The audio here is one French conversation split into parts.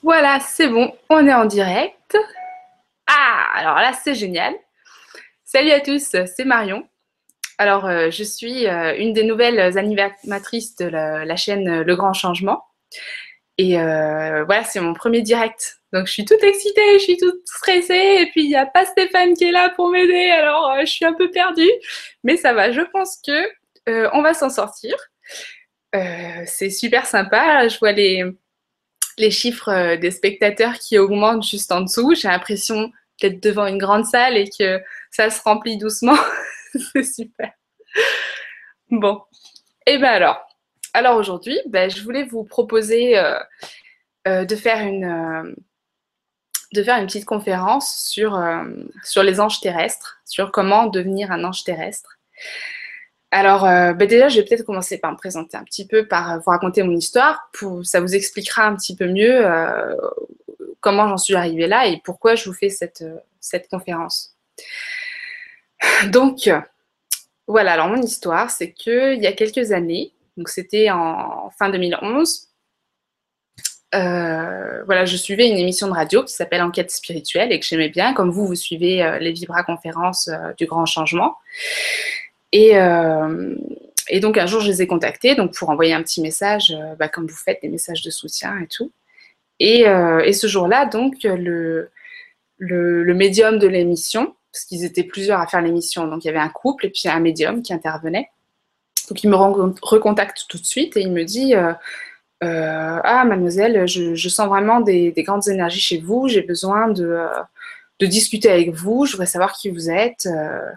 Voilà, c'est bon, on est en direct. Ah, alors là, c'est génial. Salut à tous, c'est Marion. Alors, je suis une des nouvelles animatrices de la chaîne Le Grand Changement. Et voilà, c'est mon premier direct. Donc, je suis toute excitée, je suis toute stressée. Et puis, il n'y a pas Stéphane qui est là pour m'aider. Alors, je suis un peu perdue. Mais ça va, je pense que on va s'en sortir. C'est super sympa. Je vois les chiffres des spectateurs qui augmentent juste en dessous. J'ai l'impression d'être devant une grande salle et que ça se remplit doucement. C'est super. Bon, et ben alors aujourd'hui, ben, je voulais vous proposer de faire une petite conférence sur les anges terrestres, sur comment devenir un ange terrestre. Alors, ben déjà, je vais peut-être commencer par me présenter un petit peu, par vous raconter mon histoire. Ça vous expliquera un petit peu mieux comment j'en suis arrivée là et pourquoi je vous fais cette conférence. Donc, voilà, alors mon histoire, c'est qu'il y a quelques années, donc c'était en fin 2011, voilà, je suivais une émission de radio qui s'appelle Enquête spirituelle et que j'aimais bien, comme vous suivez les Vibra-conférences du Grand Changement. Et, et donc un jour, je les ai contactés donc pour envoyer un petit message, comme vous faites, des messages de soutien et tout. Et ce jour-là, donc, le médium de l'émission, parce qu'ils étaient plusieurs à faire l'émission, donc il y avait un couple et puis un médium qui intervenait. Donc il me recontacte tout de suite et il me dit ah mademoiselle, je sens vraiment des grandes énergies chez vous, j'ai besoin de discuter avec vous, je voudrais savoir qui vous êtes.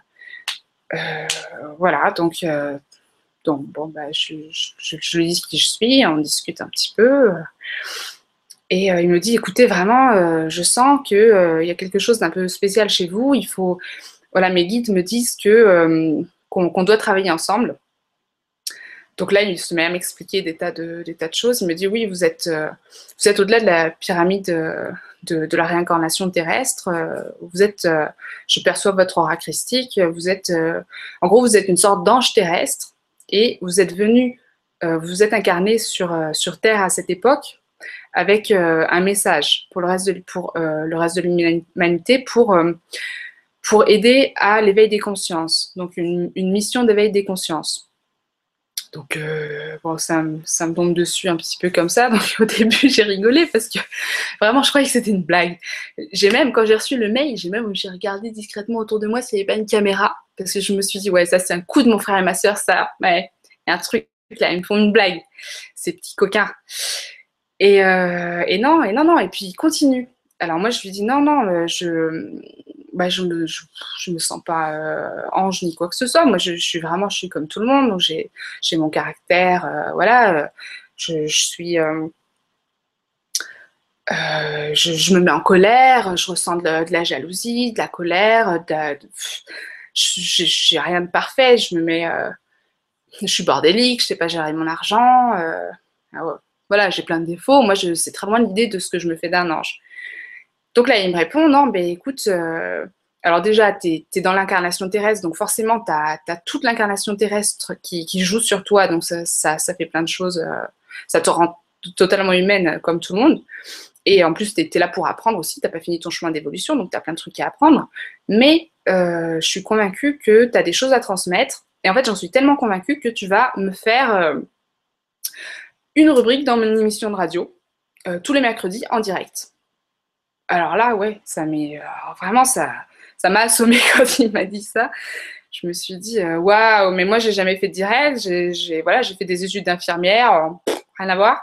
Voilà, donc bon, bah, je lui dis qui je suis, on discute un petit peu. Et il me dit, écoutez, vraiment, je sens qu'il y a quelque chose d'un peu spécial chez vous. Il faut, voilà, mes guides me disent qu'on doit travailler ensemble. Donc là, il se met à m'expliquer des tas de choses. Il me dit, oui, vous êtes au-delà de la pyramide de la réincarnation terrestre. Vous êtes, je perçois votre aura christique. Vous êtes, en gros, vous êtes une sorte d'ange terrestre et vous êtes venu, vous êtes incarné sur Terre à cette époque avec un message pour le reste de l'humanité, pour aider à l'éveil des consciences. Donc une mission d'éveil des consciences. Donc bon, ça me tombe dessus un petit peu comme ça. Donc au début j'ai rigolé parce que vraiment je croyais que c'était une blague. Quand j'ai reçu le mail, j'ai regardé discrètement autour de moi s'il n'y avait pas une caméra parce que je me suis dit ouais, ça c'est un coup de mon frère et ma soeur, ça. Ouais, il y a un truc là, ils me font une blague, ces petits coquins. Et non, et puis il continue. Alors moi je lui dis non, je me sens pas ange ni quoi que ce soit. Moi je suis comme tout le monde, donc j'ai mon caractère, voilà. Je me mets en colère, je ressens de la jalousie, de la colère, j'ai rien de parfait, je suis bordélique, je sais pas gérer mon argent. Ah ouais. Voilà, j'ai plein de défauts. Moi, c'est très loin l'idée de ce que je me fais d'un ange. Donc là, il me répond, non, ben écoute, alors déjà, t'es dans l'incarnation terrestre, donc forcément, t'as toute l'incarnation terrestre qui joue sur toi, donc ça fait plein de choses, ça te rend totalement humaine comme tout le monde. Et en plus, t'es là pour apprendre aussi, t'as pas fini ton chemin d'évolution, donc t'as plein de trucs à apprendre. Mais je suis convaincue que t'as des choses à transmettre. Et en fait, j'en suis tellement convaincue que tu vas me faire une rubrique dans mon émission de radio, tous les mercredis en direct. Alors là, ouais, vraiment, ça m'a assommé quand il m'a dit ça. Je me suis dit, waouh, mais moi, j'ai jamais fait de direct. Voilà, j'ai fait des études d'infirmière, rien à voir.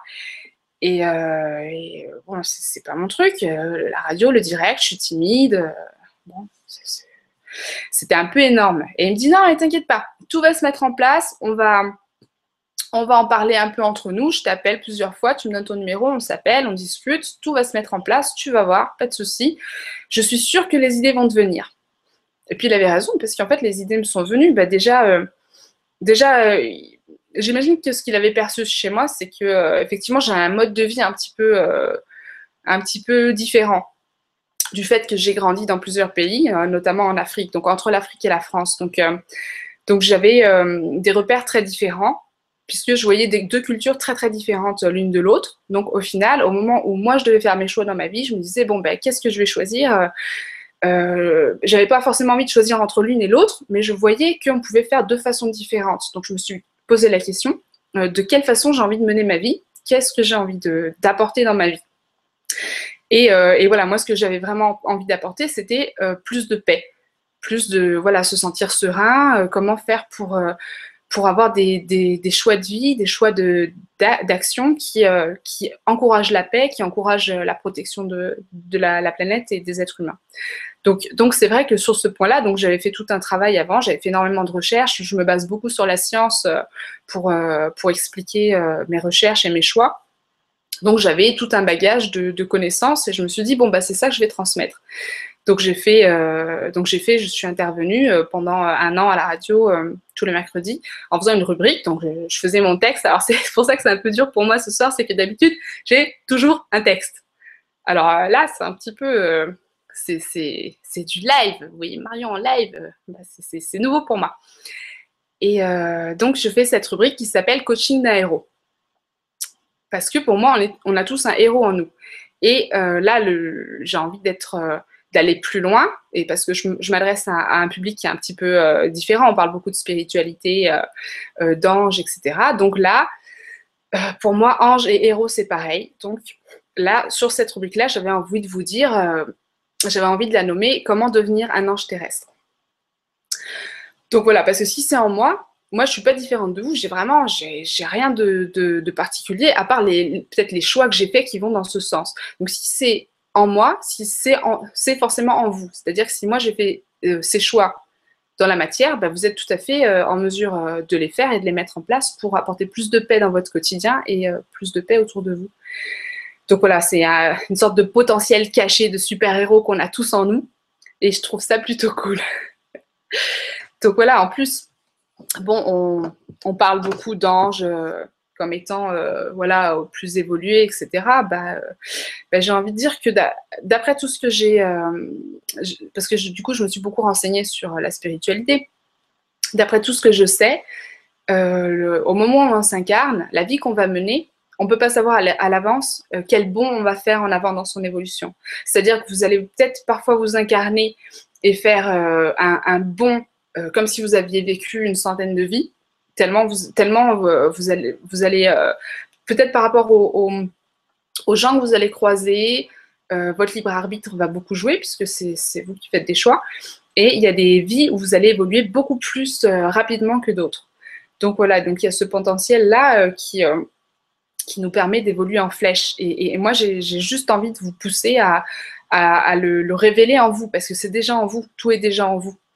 Bon, c'est pas mon truc. La radio, le direct, je suis timide. Bon, c'était un peu énorme. Et il me dit, non, mais t'inquiète pas, tout va se mettre en place. On va en parler un peu entre nous, je t'appelle plusieurs fois, tu me donnes ton numéro, on s'appelle, on discute, tout va se mettre en place, tu vas voir, pas de souci. Je suis sûre que les idées vont te venir. Et puis il avait raison, parce qu'en fait les idées me sont venues. Bah, j'imagine que ce qu'il avait perçu chez moi, c'est que effectivement j'ai un mode de vie un petit peu différent. Du fait que j'ai grandi dans plusieurs pays, notamment en Afrique, donc entre l'Afrique et la France. Donc j'avais des repères très différents. puisque je voyais deux cultures très très différentes l'une de l'autre. Donc au final, au moment où moi je devais faire mes choix dans ma vie, je me disais, bon, ben, qu'est-ce que je vais choisir? J'avais pas forcément envie de choisir entre l'une et l'autre, mais je voyais qu'on pouvait faire de façons différentes. Donc je me suis posé la question, de quelle façon j'ai envie de mener ma vie? Qu'est-ce que j'ai envie d'apporter dans ma vie? Et voilà, moi, ce que j'avais vraiment envie d'apporter, c'était plus de paix, plus de, voilà, se sentir serein, comment faire pour avoir des choix de vie, des choix d'action qui encouragent la paix, qui encouragent la protection de la planète et des êtres humains. Donc c'est vrai que sur ce point-là, donc j'avais fait tout un travail avant, j'avais fait énormément de recherches, je me base beaucoup sur la science pour expliquer mes recherches et mes choix. Donc j'avais tout un bagage de connaissances et je me suis dit, bon, bah, c'est ça que je vais transmettre. Donc j'ai fait, je suis intervenue pendant un an à la radio tous les mercredis en faisant une rubrique. Donc je faisais mon texte. Alors c'est pour ça que c'est un peu dur pour moi ce soir, c'est que d'habitude j'ai toujours un texte. Alors là c'est un petit peu, c'est du live. Vous voyez Marion en live, bah, c'est nouveau pour moi. Et donc je fais cette rubrique qui s'appelle Coaching d'un héros. Parce que pour moi on a tous un héros en nous. Et là j'ai envie d'aller plus loin, et parce que je m'adresse à un public qui est un petit peu différent. On parle beaucoup de spiritualité, d'anges, etc. Donc là, pour moi, ange et héros, c'est pareil. Donc là, sur cette rubrique-là, j'avais envie de vous dire, j'avais envie de la nommer « Comment devenir un ange terrestre ». Donc voilà, parce que si c'est en moi, je ne suis pas différente de vous, j'ai rien de particulier, à part peut-être les choix que j'ai faits qui vont dans ce sens. Donc si c'est en moi, c'est forcément en vous. C'est-à-dire que si moi j'ai fait ces choix dans la matière, bah, vous êtes tout à fait en mesure de les faire et de les mettre en place pour apporter plus de paix dans votre quotidien et plus de paix autour de vous. Donc voilà, c'est une sorte de potentiel caché de super-héros qu'on a tous en nous, et je trouve ça plutôt cool. Donc voilà, en plus, bon, on parle beaucoup d'anges comme étant voilà, plus évolués, etc. Bah, j'ai envie de dire que d'après tout ce que j'ai, parce que du coup, je me suis beaucoup renseignée sur la spiritualité, d'après tout ce que je sais, au moment où on s'incarne, la vie qu'on va mener, on ne peut pas savoir à l'avance quel bond on va faire en avant dans son évolution. C'est-à-dire que vous allez peut-être parfois vous incarner et faire un bond comme si vous aviez vécu une centaine de vies, tellement vous allez peut-être par rapport aux gens que vous allez croiser, votre libre arbitre va beaucoup jouer puisque c'est vous qui faites des choix. Et il y a des vies où vous allez évoluer beaucoup plus rapidement que d'autres. Donc voilà, donc il y a ce potentiel-là qui nous permet d'évoluer en flèche. Et moi, j'ai juste envie de vous pousser à le révéler en vous, parce que c'est déjà en vous, tout est déjà en vous.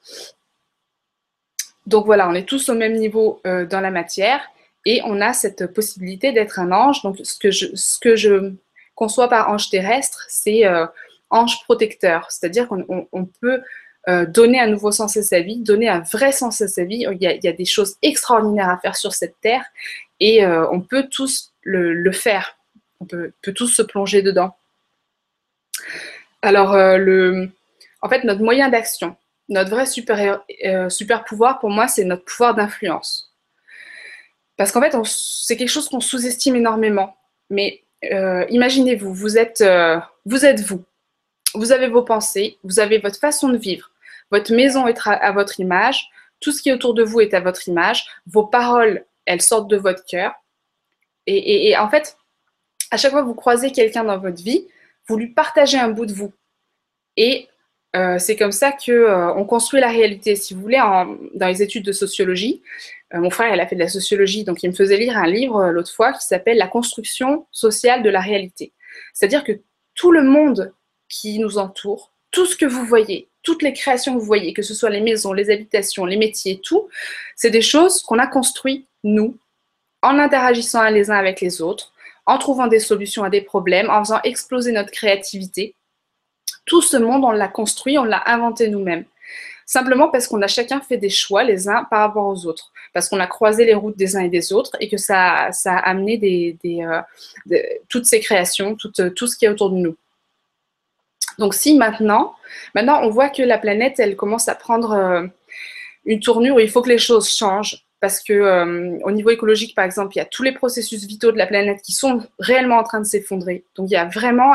Donc voilà, on est tous au même niveau dans la matière, et on a cette possibilité d'être un ange. Donc ce que je conçois par ange terrestre, c'est ange protecteur, c'est-à-dire qu'on peut donner un nouveau sens à sa vie, donner un vrai sens à sa vie. Il y a des choses extraordinaires à faire sur cette terre, et on peut tous le faire. On peut tous se plonger dedans. Alors, en fait, notre moyen d'action, notre vrai super pouvoir, pour moi, c'est notre pouvoir d'influence. Parce qu'en fait, c'est quelque chose qu'on sous-estime énormément. Mais imaginez-vous, vous êtes vous. Vous avez vos pensées, vous avez votre façon de vivre. Votre maison est à votre image, tout ce qui est autour de vous est à votre image, vos paroles, elles sortent de votre cœur. Et en fait, à chaque fois que vous croisez quelqu'un dans votre vie, vous lui partagez un bout de vous. Et c'est comme ça qu'on construit la réalité. Si vous voulez, dans les études de sociologie, mon frère, il a fait de la sociologie, donc il me faisait lire un livre l'autre fois qui s'appelle « La construction sociale de la réalité ». C'est-à-dire que tout le monde qui nous entoure, tout ce que vous voyez, toutes les créations que vous voyez, que ce soit les maisons, les habitations, les métiers, tout, c'est des choses qu'on a construites, nous, en interagissant les uns avec les autres, en trouvant des solutions à des problèmes, en faisant exploser notre créativité. Tout ce monde, on l'a construit, on l'a inventé nous-mêmes. Simplement parce qu'on a chacun fait des choix les uns par rapport aux autres, parce qu'on a croisé les routes des uns et des autres, et que ça a amené toutes ces créations, tout ce qui est autour de nous. Donc si maintenant on voit que la planète, elle commence à prendre une tournure où il faut que les choses changent, parce que au niveau écologique, par exemple, il y a tous les processus vitaux de la planète qui sont réellement en train de s'effondrer. Donc il y a vraiment,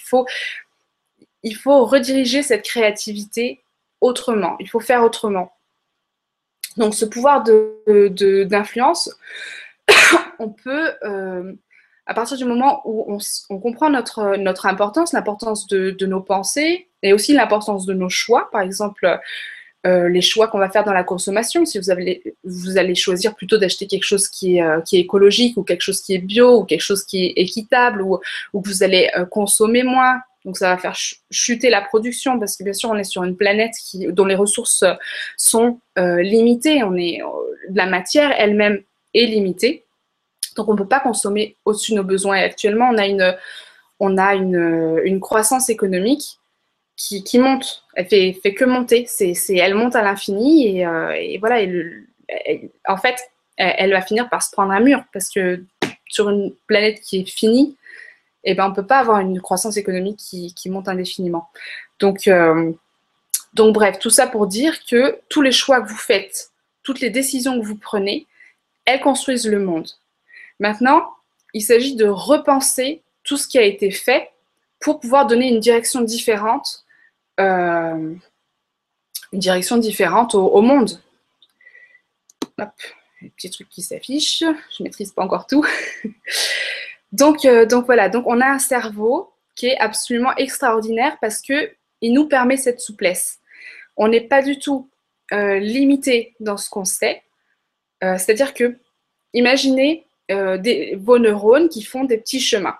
il faut rediriger cette créativité autrement. Il faut faire autrement. Donc ce pouvoir d'influence, on peut, à partir du moment où on comprend notre importance, l'importance de nos pensées et aussi l'importance de nos choix, par exemple les choix qu'on va faire dans la consommation, si vous allez choisir plutôt d'acheter quelque chose qui est écologique ou quelque chose qui est bio ou quelque chose qui est équitable ou que vous allez consommer moins. Donc ça va faire chuter la production parce que bien sûr on est sur une planète dont les ressources sont limitées. La matière elle-même est limitée. Donc on ne peut pas consommer au-dessus de nos besoins. Et actuellement on a une croissance économique qui monte. Elle fait que monter. Elle monte à l'infini et voilà. En fait, elle va finir par se prendre un mur parce que sur une planète qui est finie, eh ben, on ne peut pas avoir une croissance économique qui monte indéfiniment. Donc bref, tout ça pour dire que tous les choix que vous faites, toutes les décisions que vous prenez, elles construisent le monde. Maintenant, il s'agit de repenser tout ce qui a été fait pour pouvoir donner une direction différente au monde. Hop, les petits trucs qui s'affichent, je ne maîtrise pas encore tout. Donc voilà, donc on a un cerveau qui est absolument extraordinaire parce qu'il nous permet cette souplesse. On n'est pas du tout limité dans ce qu'on sait. C'est-à-dire que, imaginez vos neurones qui font des petits chemins.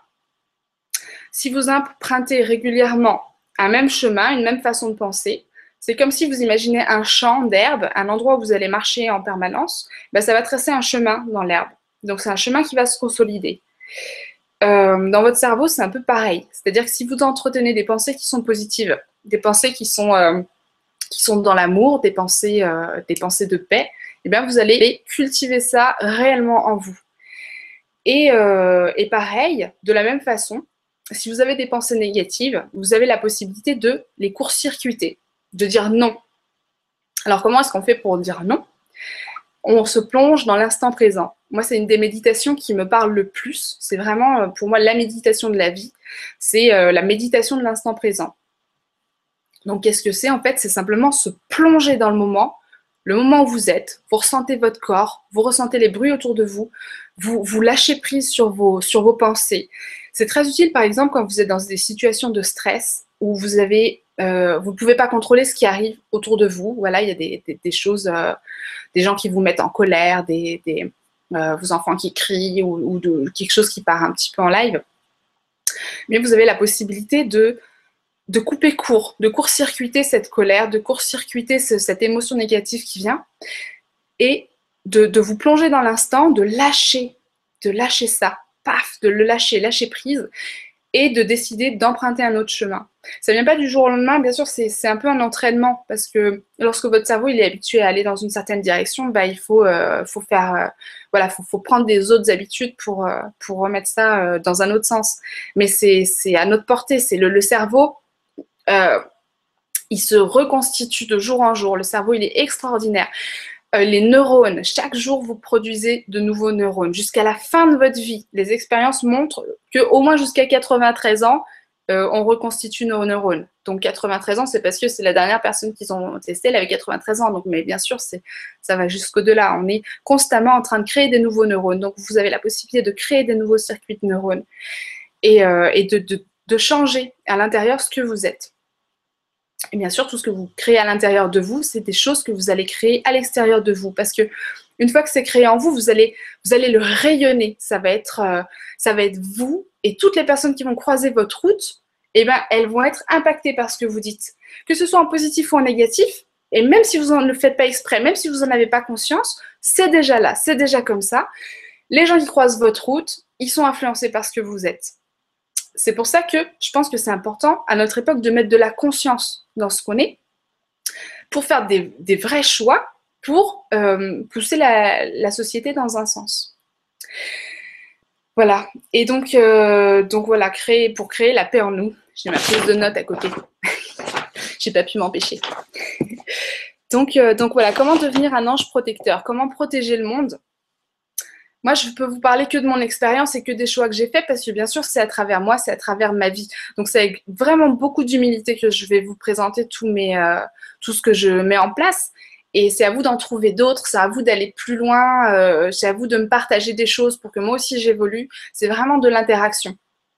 Si vous empruntez régulièrement un même chemin, une même façon de penser, c'est comme si vous imaginez un champ d'herbe, un endroit où vous allez marcher en permanence, ben ça va tracer un chemin dans l'herbe. Donc c'est un chemin qui va se consolider. Dans votre cerveau, c'est un peu pareil. C'est-à-dire que si vous entretenez des pensées qui sont positives, des pensées qui sont dans l'amour, des pensées de paix, eh bien vous allez cultiver ça réellement en vous. Et pareil, de la même façon, si vous avez des pensées négatives, vous avez la possibilité de les court-circuiter, de dire non. Alors comment est-ce qu'on fait pour dire non? On se plonge dans l'instant présent. Moi, c'est une des méditations qui me parle le plus. C'est vraiment, pour moi, la méditation de la vie. C'est la méditation de l'instant présent. Donc, qu'est-ce que c'est? En fait, c'est simplement se plonger dans le moment où vous êtes. Vous ressentez votre corps, vous ressentez les bruits autour de vous, vous lâchez prise sur vos pensées. C'est très utile, par exemple, quand vous êtes dans des situations de stress où vous ne pouvez pas contrôler ce qui arrive autour de vous. Voilà, il y a des choses, des gens qui vous mettent en colère, vos enfants qui crient ou quelque chose qui part un petit peu en live. Mais vous avez la possibilité de couper court, de court-circuiter cette colère, de court-circuiter cette émotion négative qui vient et de vous plonger dans l'instant, de lâcher ça, paf, de le lâcher prise et de décider d'emprunter un autre chemin. Ça ne vient pas du jour au lendemain, bien sûr, c'est un peu un entraînement parce que lorsque votre cerveau il est habitué à aller dans une certaine direction, bah, il faut prendre des autres habitudes pour remettre ça dans un autre sens. Mais c'est à notre portée, c'est le cerveau. Il se reconstitue de jour en jour. Le cerveau, il est extraordinaire. Les neurones, chaque jour, vous produisez de nouveaux neurones. Jusqu'à la fin de votre vie, les expériences montrent qu'au moins jusqu'à 93 ans, on reconstitue nos neurones. Donc 93 ans, c'est parce que c'est la dernière personne qu'ils ont testée, elle avait 93 ans. Donc, mais bien sûr, ça va jusqu'au-delà. On est constamment en train de créer des nouveaux neurones. Donc vous avez la possibilité de créer des nouveaux circuits de neurones et de changer à l'intérieur ce que vous êtes. Et bien sûr, tout ce que vous créez à l'intérieur de vous, c'est des choses que vous allez créer à l'extérieur de vous. Parce que une fois que c'est créé en vous, vous allez le rayonner. Ça va être vous et toutes les personnes qui vont croiser votre route, eh ben, elles vont être impactées par ce que vous dites. Que ce soit en positif ou en négatif, et même si vous ne le faites pas exprès, même si vous n'en avez pas conscience, c'est déjà là, c'est déjà comme ça. Les gens qui croisent votre route, ils sont influencés par ce que vous êtes. C'est pour ça que je pense que c'est important à notre époque de mettre de la conscience dans ce qu'on est pour faire des vrais choix pour pousser la société dans un sens. Voilà. Et donc voilà, pour créer la paix en nous. J'ai ma prise de notes à côté. J'ai pas pu m'empêcher. Donc voilà, comment devenir un ange protecteur? Comment protéger le monde? Moi, je peux vous parler que de mon expérience et que des choix que j'ai faits parce que bien sûr, c'est à travers moi, c'est à travers ma vie. Donc, c'est avec vraiment beaucoup d'humilité que je vais vous présenter tout ce que je mets en place. Et c'est à vous d'en trouver d'autres, c'est à vous d'aller plus loin, c'est à vous de me partager des choses pour que moi aussi j'évolue. C'est vraiment de l'interaction.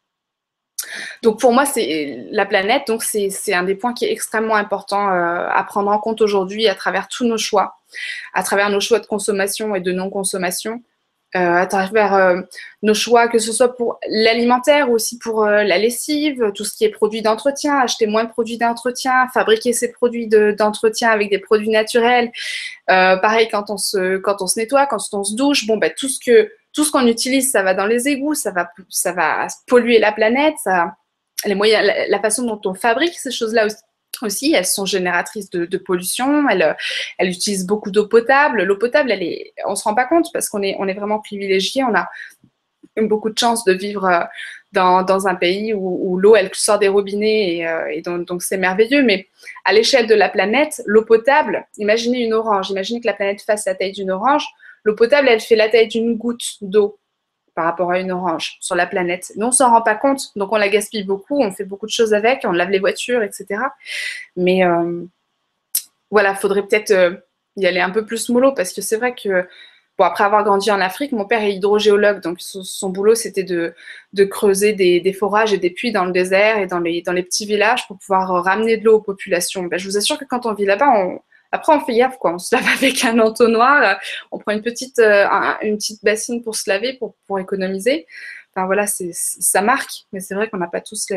Donc pour moi, c'est la planète, donc c'est un des points qui est extrêmement important à prendre en compte aujourd'hui à travers tous nos choix, à travers nos choix de consommation et de non-consommation, à travers nos choix, que ce soit pour l'alimentaire ou aussi pour la lessive, tout ce qui est produits d'entretien, acheter moins de produits d'entretien, fabriquer ses produits d'entretien avec des produits naturels. Pareil, quand on se nettoie, quand on se douche, bon, bah, tout ce qu'on utilise, ça va dans les égouts, ça va polluer la planète, les moyens, la façon dont on fabrique ces choses-là aussi, elles sont génératrices de pollution, elles utilisent beaucoup d'eau potable. L'eau potable, on ne se rend pas compte parce qu'on est vraiment privilégié, on a beaucoup de chance de vivre dans un pays où l'eau, elle sort des robinets et donc c'est merveilleux. Mais à l'échelle de la planète, l'eau potable, imaginez une orange, imaginez que la planète fasse la taille d'une orange, l'eau potable, elle fait la taille d'une goutte d'eau par rapport à une orange sur la planète. Nous, on s'en rend pas compte, donc on la gaspille beaucoup, on fait beaucoup de choses avec, on lave les voitures, etc. Mais voilà, il faudrait peut-être y aller un peu plus mollo parce que c'est vrai que bon, après avoir grandi en Afrique, mon père est hydrogéologue, donc son boulot, c'était de creuser des forages et des puits dans le désert et dans les petits villages pour pouvoir ramener de l'eau aux populations. Ben, je vous assure que quand on vit là-bas, après, on fait gaffe, quoi. On se lave avec un entonnoir, on prend une petite bassine pour se laver, pour économiser. Enfin, voilà, ça marque, mais c'est vrai qu'on n'a pas tous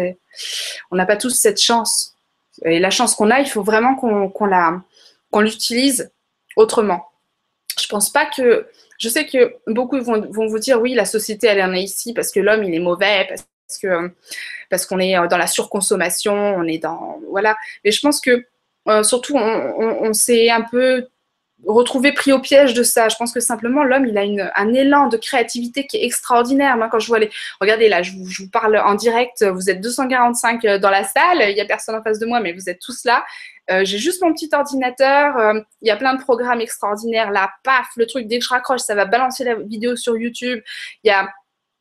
cette chance. Et la chance qu'on a, il faut vraiment qu'on l'utilise autrement. Je pense pas que. Je sais que beaucoup vont vous dire oui, la société elle en est ici parce que l'homme il est mauvais, parce qu'on est dans la surconsommation, on est dans voilà. Mais je pense que surtout on s'est un peu retrouvé pris au piège de ça. Je pense que simplement l'homme il a un élan de créativité qui est extraordinaire. Moi quand je vois regardez là, je vous parle en direct, vous êtes 245 dans la salle, il y a personne en face de moi, mais vous êtes tous là. J'ai juste mon petit ordinateur, il y a plein de programmes extraordinaires là, paf, le truc, dès que je raccroche, ça va balancer la vidéo sur YouTube. Il y a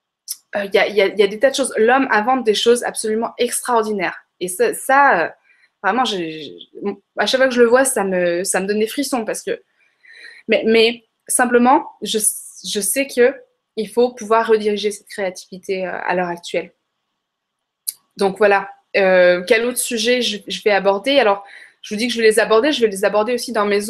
des tas de choses. L'homme invente des choses absolument extraordinaires. Et ça vraiment, à chaque fois que je le vois, ça me donne des frissons parce que. Mais simplement, je sais qu'il faut pouvoir rediriger cette créativité à l'heure actuelle. Donc voilà. Quel autre sujet je vais aborder? Alors, je vous dis que je vais les aborder aussi dans mes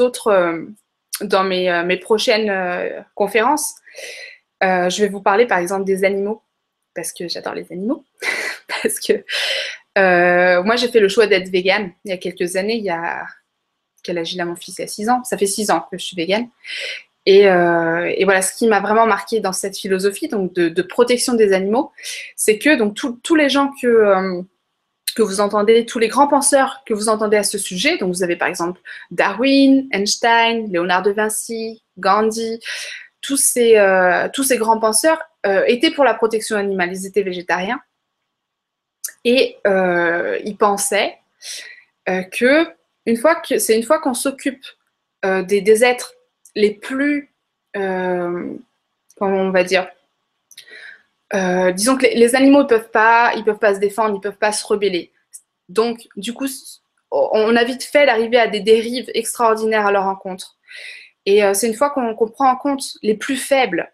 prochaines conférences. Je vais vous parler par exemple des animaux, parce que j'adore les animaux. Parce que moi j'ai fait le choix d'être végane il y a quelques années. Quel âge il a mon fils? Il a 6 ans. Ça fait 6 ans que je suis végane. Et voilà, ce qui m'a vraiment marqué dans cette philosophie donc de protection des animaux, c'est que donc tous les gens que vous entendez, tous les grands penseurs que vous entendez à ce sujet, donc vous avez par exemple Darwin, Einstein, Léonard de Vinci, Gandhi, tous ces grands penseurs étaient pour la protection animale, ils étaient végétariens et ils pensaient que c'est une fois qu'on s'occupe des êtres les plus, comment on va dire, disons que les animaux ne peuvent pas se défendre, ils ne peuvent pas se rebeller. Donc, du coup, on a vite fait d'arriver à des dérives extraordinaires à leur encontre. Et c'est une fois qu'on prend en compte les plus faibles,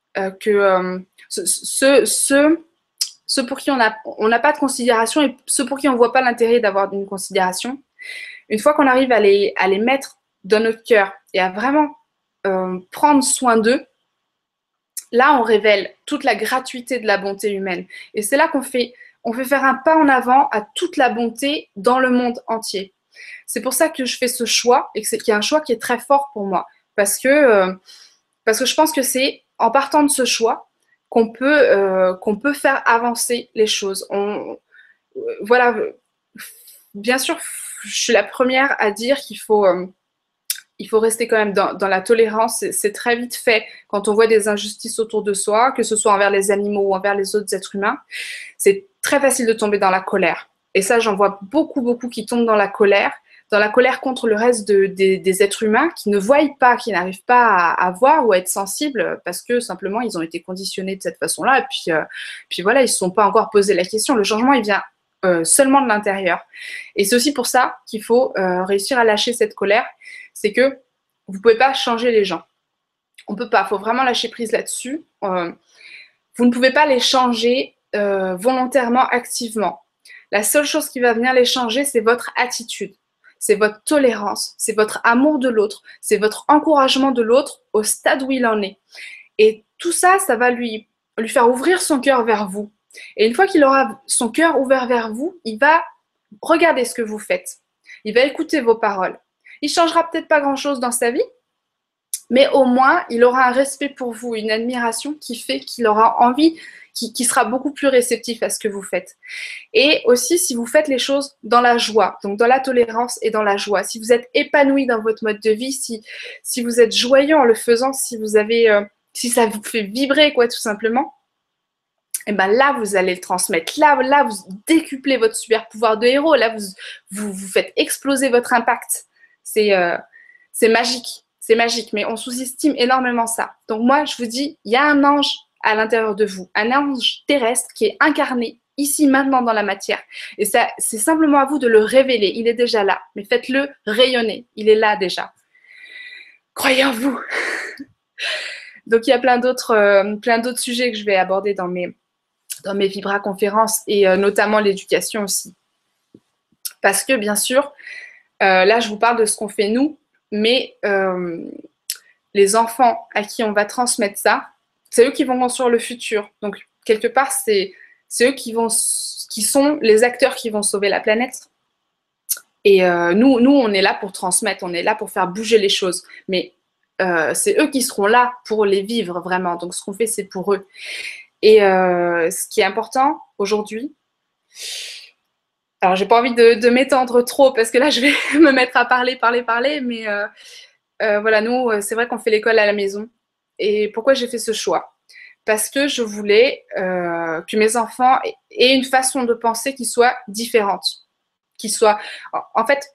ceux pour qui on n'a pas de considération et ceux pour qui on ne voit pas l'intérêt d'avoir une considération, une fois qu'on arrive à les mettre dans notre cœur et à vraiment prendre soin d'eux, là, on révèle toute la gratuité de la bonté humaine. Et c'est là qu'on fait faire un pas en avant à toute la bonté dans le monde entier. C'est pour ça que je fais ce choix et qu'il y a un choix qui est très fort pour moi. Parce que je pense que c'est en partant de ce choix qu'on peut faire avancer les choses. Voilà, bien sûr, je suis la première à dire qu'il faut rester quand même dans la tolérance. C'est très vite fait quand on voit des injustices autour de soi, que ce soit envers les animaux ou envers les autres êtres humains. C'est très facile de tomber dans la colère. Et ça, j'en vois beaucoup, beaucoup qui tombent dans la colère. dans la colère contre le reste des êtres humains qui ne voient pas, qui n'arrivent pas à voir ou à être sensibles parce que simplement ils ont été conditionnés de cette façon-là. Et puis voilà, ils ne se sont pas encore posé la question. Le changement, il vient seulement de l'intérieur. Et c'est aussi pour ça qu'il faut réussir à lâcher cette colère. C'est que vous ne pouvez pas changer les gens. On ne peut pas, il faut vraiment lâcher prise là-dessus. Vous ne pouvez pas les changer volontairement, activement. La seule chose qui va venir les changer, c'est votre attitude, c'est votre tolérance, c'est votre amour de l'autre, c'est votre encouragement de l'autre au stade où il en est. Et tout ça, ça va lui faire ouvrir son cœur vers vous. Et une fois qu'il aura son cœur ouvert vers vous, il va regarder ce que vous faites. Il va écouter vos paroles. Il ne changera peut-être pas grand-chose dans sa vie, mais au moins, il aura un respect pour vous, une admiration qui fait qu'il aura envie, qui sera beaucoup plus réceptif à ce que vous faites. Et aussi, si vous faites les choses dans la joie, donc dans la tolérance et dans la joie, si vous êtes épanoui dans votre mode de vie, si vous êtes joyeux en le faisant, si ça vous fait vibrer, quoi, tout simplement, et ben là, vous allez le transmettre. Là, vous décuplez votre super pouvoir de héros. Là, vous faites exploser votre impact. C'est magique. C'est magique, mais on sous-estime énormément ça. Donc moi, je vous dis, il y a un ange à l'intérieur de vous, un ange terrestre qui est incarné ici, maintenant, dans la matière. Et ça, c'est simplement à vous de le révéler. Il est déjà là, mais faites-le rayonner. Il est là déjà. Croyez en vous. Donc il y a plein d'autres sujets que je vais aborder dans mes Vibra conférences et notamment l'éducation aussi. Parce que bien sûr, là je vous parle de ce qu'on fait nous, mais les enfants à qui on va transmettre ça, c'est eux qui vont construire le futur. Donc quelque part, c'est eux qui sont les acteurs qui vont sauver la planète. Et nous, on est là pour transmettre, on est là pour faire bouger les choses. Mais c'est eux qui seront là pour les vivre vraiment. Donc ce qu'on fait, c'est pour eux. Et ce qui est important aujourd'hui, alors j'ai pas envie de m'étendre trop parce que là je vais me mettre à parler, mais voilà, nous, c'est vrai qu'on fait l'école à la maison. Et pourquoi j'ai fait ce choix? Parce que je voulais que mes enfants aient une façon de penser qui soit différente. En fait,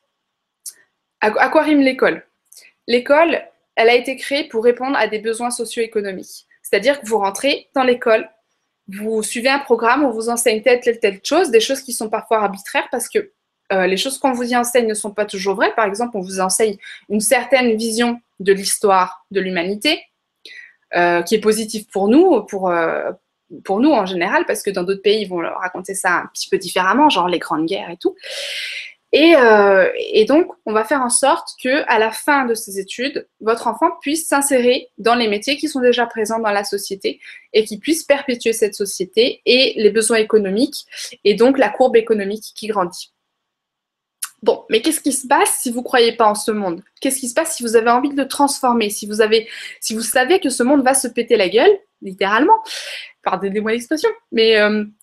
à quoi rime l'école? L'école, elle a été créée pour répondre à des besoins socio-économiques. C'est-à-dire que vous rentrez dans l'école, vous suivez un programme, on vous enseigne telle chose, des choses qui sont parfois arbitraires parce que les choses qu'on vous y enseigne ne sont pas toujours vraies. Par exemple, on vous enseigne une certaine vision de l'histoire de l'humanité qui est positive pour nous en général, parce que dans d'autres pays, ils vont leur raconter ça un petit peu différemment, genre les grandes guerres et tout. Et donc, on va faire en sorte qu'à la fin de ces études, votre enfant puisse s'insérer dans les métiers qui sont déjà présents dans la société et qui puisse perpétuer cette société et les besoins économiques et donc la courbe économique qui grandit. Bon, mais qu'est-ce qui se passe si vous ne croyez pas en ce monde? Qu'est-ce qui se passe si vous avez envie de le transformer? Si vous savez que ce monde va se péter la gueule, littéralement, pardonnez-moi l'expression, mais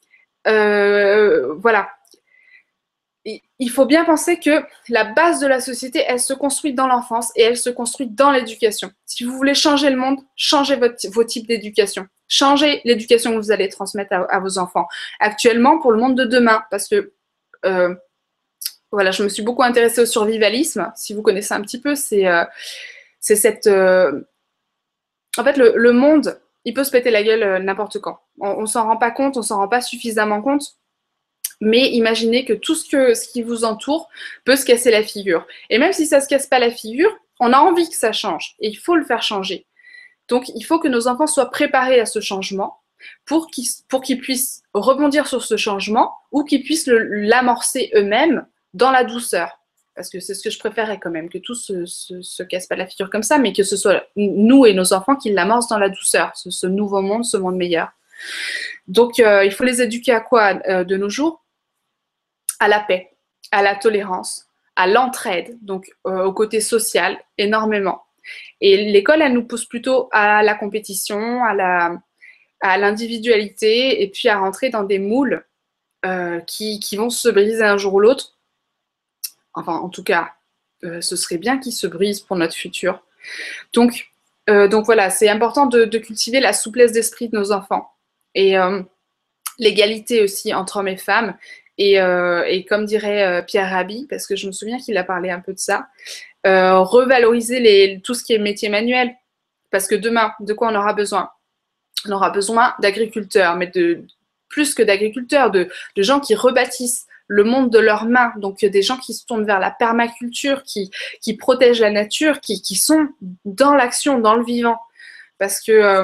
voilà. Il faut bien penser que la base de la société, elle se construit dans l'enfance et elle se construit dans l'éducation. Si vous voulez changer le monde, changez vos types d'éducation. Changez l'éducation que vous allez transmettre à vos enfants. Actuellement, pour le monde de demain, parce que voilà, je me suis beaucoup intéressée au survivalisme. Si vous connaissez un petit peu, c'est cette... En fait, le monde, il peut se péter la gueule n'importe quand. On s'en rend pas compte, on s'en rend pas suffisamment compte. Mais imaginez que tout ce qui vous entoure peut se casser la figure. Et même si ça ne se casse pas la figure, on a envie que ça change. Et il faut le faire changer. Donc, il faut que nos enfants soient préparés à ce changement pour qu'ils puissent rebondir sur ce changement ou qu'ils puissent l'amorcer eux-mêmes dans la douceur. Parce que c'est ce que je préférais quand même, que tout se casse pas la figure comme ça, mais que ce soit nous et nos enfants qui l'amorcent dans la douceur, ce nouveau monde, ce monde meilleur. Donc, il faut les éduquer à quoi de nos jours? À la paix, à la tolérance, à l'entraide, donc au côté social, énormément. Et l'école, elle nous pousse plutôt à la compétition, à l'individualité, et puis à rentrer dans des moules qui vont se briser un jour ou l'autre. Enfin, en tout cas, ce serait bien qu'ils se brisent pour notre futur. Donc voilà, c'est important de cultiver la souplesse d'esprit de nos enfants. Et l'égalité aussi entre hommes et femmes. et comme dirait Pierre Rabhi, parce que je me souviens qu'il a parlé un peu de ça, revaloriser tout ce qui est métier manuel. Parce que demain, de quoi on aura besoin? On aura besoin d'agriculteurs, mais plus que d'agriculteurs, de gens qui rebâtissent le monde de leurs mains, donc des gens qui se tournent vers la permaculture, qui protègent la nature, qui sont dans l'action, dans le vivant. Parce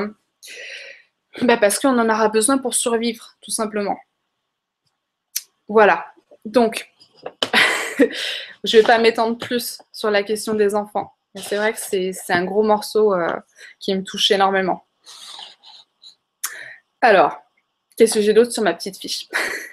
qu'on en aura besoin pour survivre, tout simplement. Voilà. Donc, je ne vais pas m'étendre plus sur la question des enfants. Mais c'est vrai que c'est un gros morceau qui me touche énormément. Alors, qu'est-ce que j'ai d'autre sur ma petite fiche?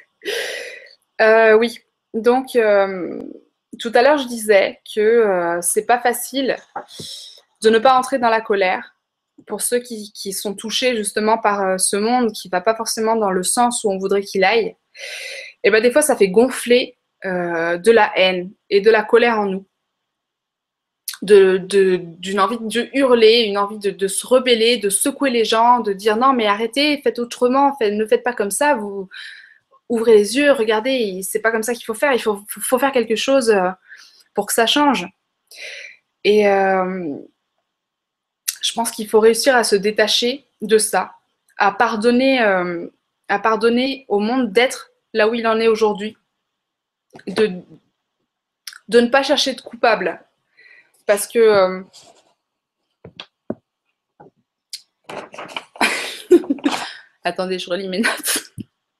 Oui, donc tout à l'heure je disais que c'est pas facile de ne pas entrer dans la colère pour ceux qui sont touchés justement par ce monde qui va pas forcément dans le sens où on voudrait qu'il aille. Et ben des fois ça fait gonfler de la haine et de la colère en nous, d'une envie de hurler, une envie de se rebeller, de secouer les gens, de dire non mais arrêtez, faites autrement, ne faites pas comme ça, vous ouvrez les yeux, regardez, c'est pas comme ça qu'il faut faire, il faut faire quelque chose pour que ça change. Et je pense qu'il faut réussir à se détacher de ça, à pardonner au monde d'être là où il en est aujourd'hui, de ne pas chercher de coupable. Parce que attendez, je relis mes notes.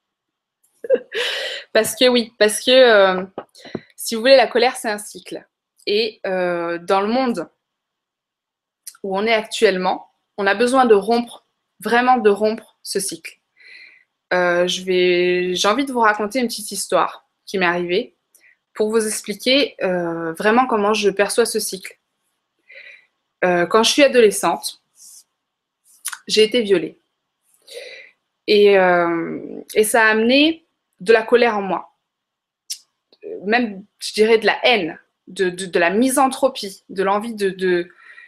Parce que si vous voulez, la colère, c'est un cycle. Et dans le monde où on est actuellement, on a besoin de rompre, vraiment de rompre ce cycle. J'ai envie de vous raconter une petite histoire qui m'est arrivée pour vous expliquer vraiment comment je perçois ce cycle. Quand je suis adolescente, j'ai été violée. Et ça a amené de la colère en moi. Même, je dirais, de la haine, de la misanthropie, de l'envie de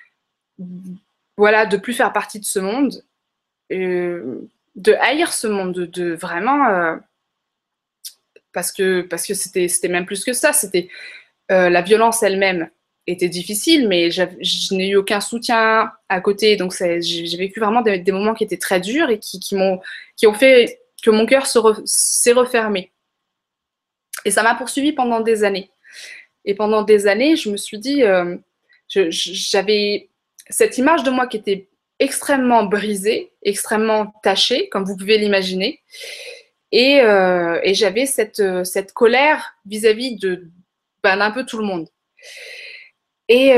plus faire partie de ce monde, de haïr ce monde, de vraiment... parce que c'était même plus que ça, c'était la violence elle-même était difficile, mais je n'ai eu aucun soutien à côté, donc j'ai vécu vraiment des moments qui étaient très durs et qui ont fait que mon cœur s'est refermé. Et ça m'a poursuivi pendant des années. Et pendant des années, je me suis dit, j'avais cette image de moi qui était extrêmement brisée, extrêmement tachée, comme vous pouvez l'imaginer. Et j'avais cette colère vis-à-vis d'un peu tout le monde. Et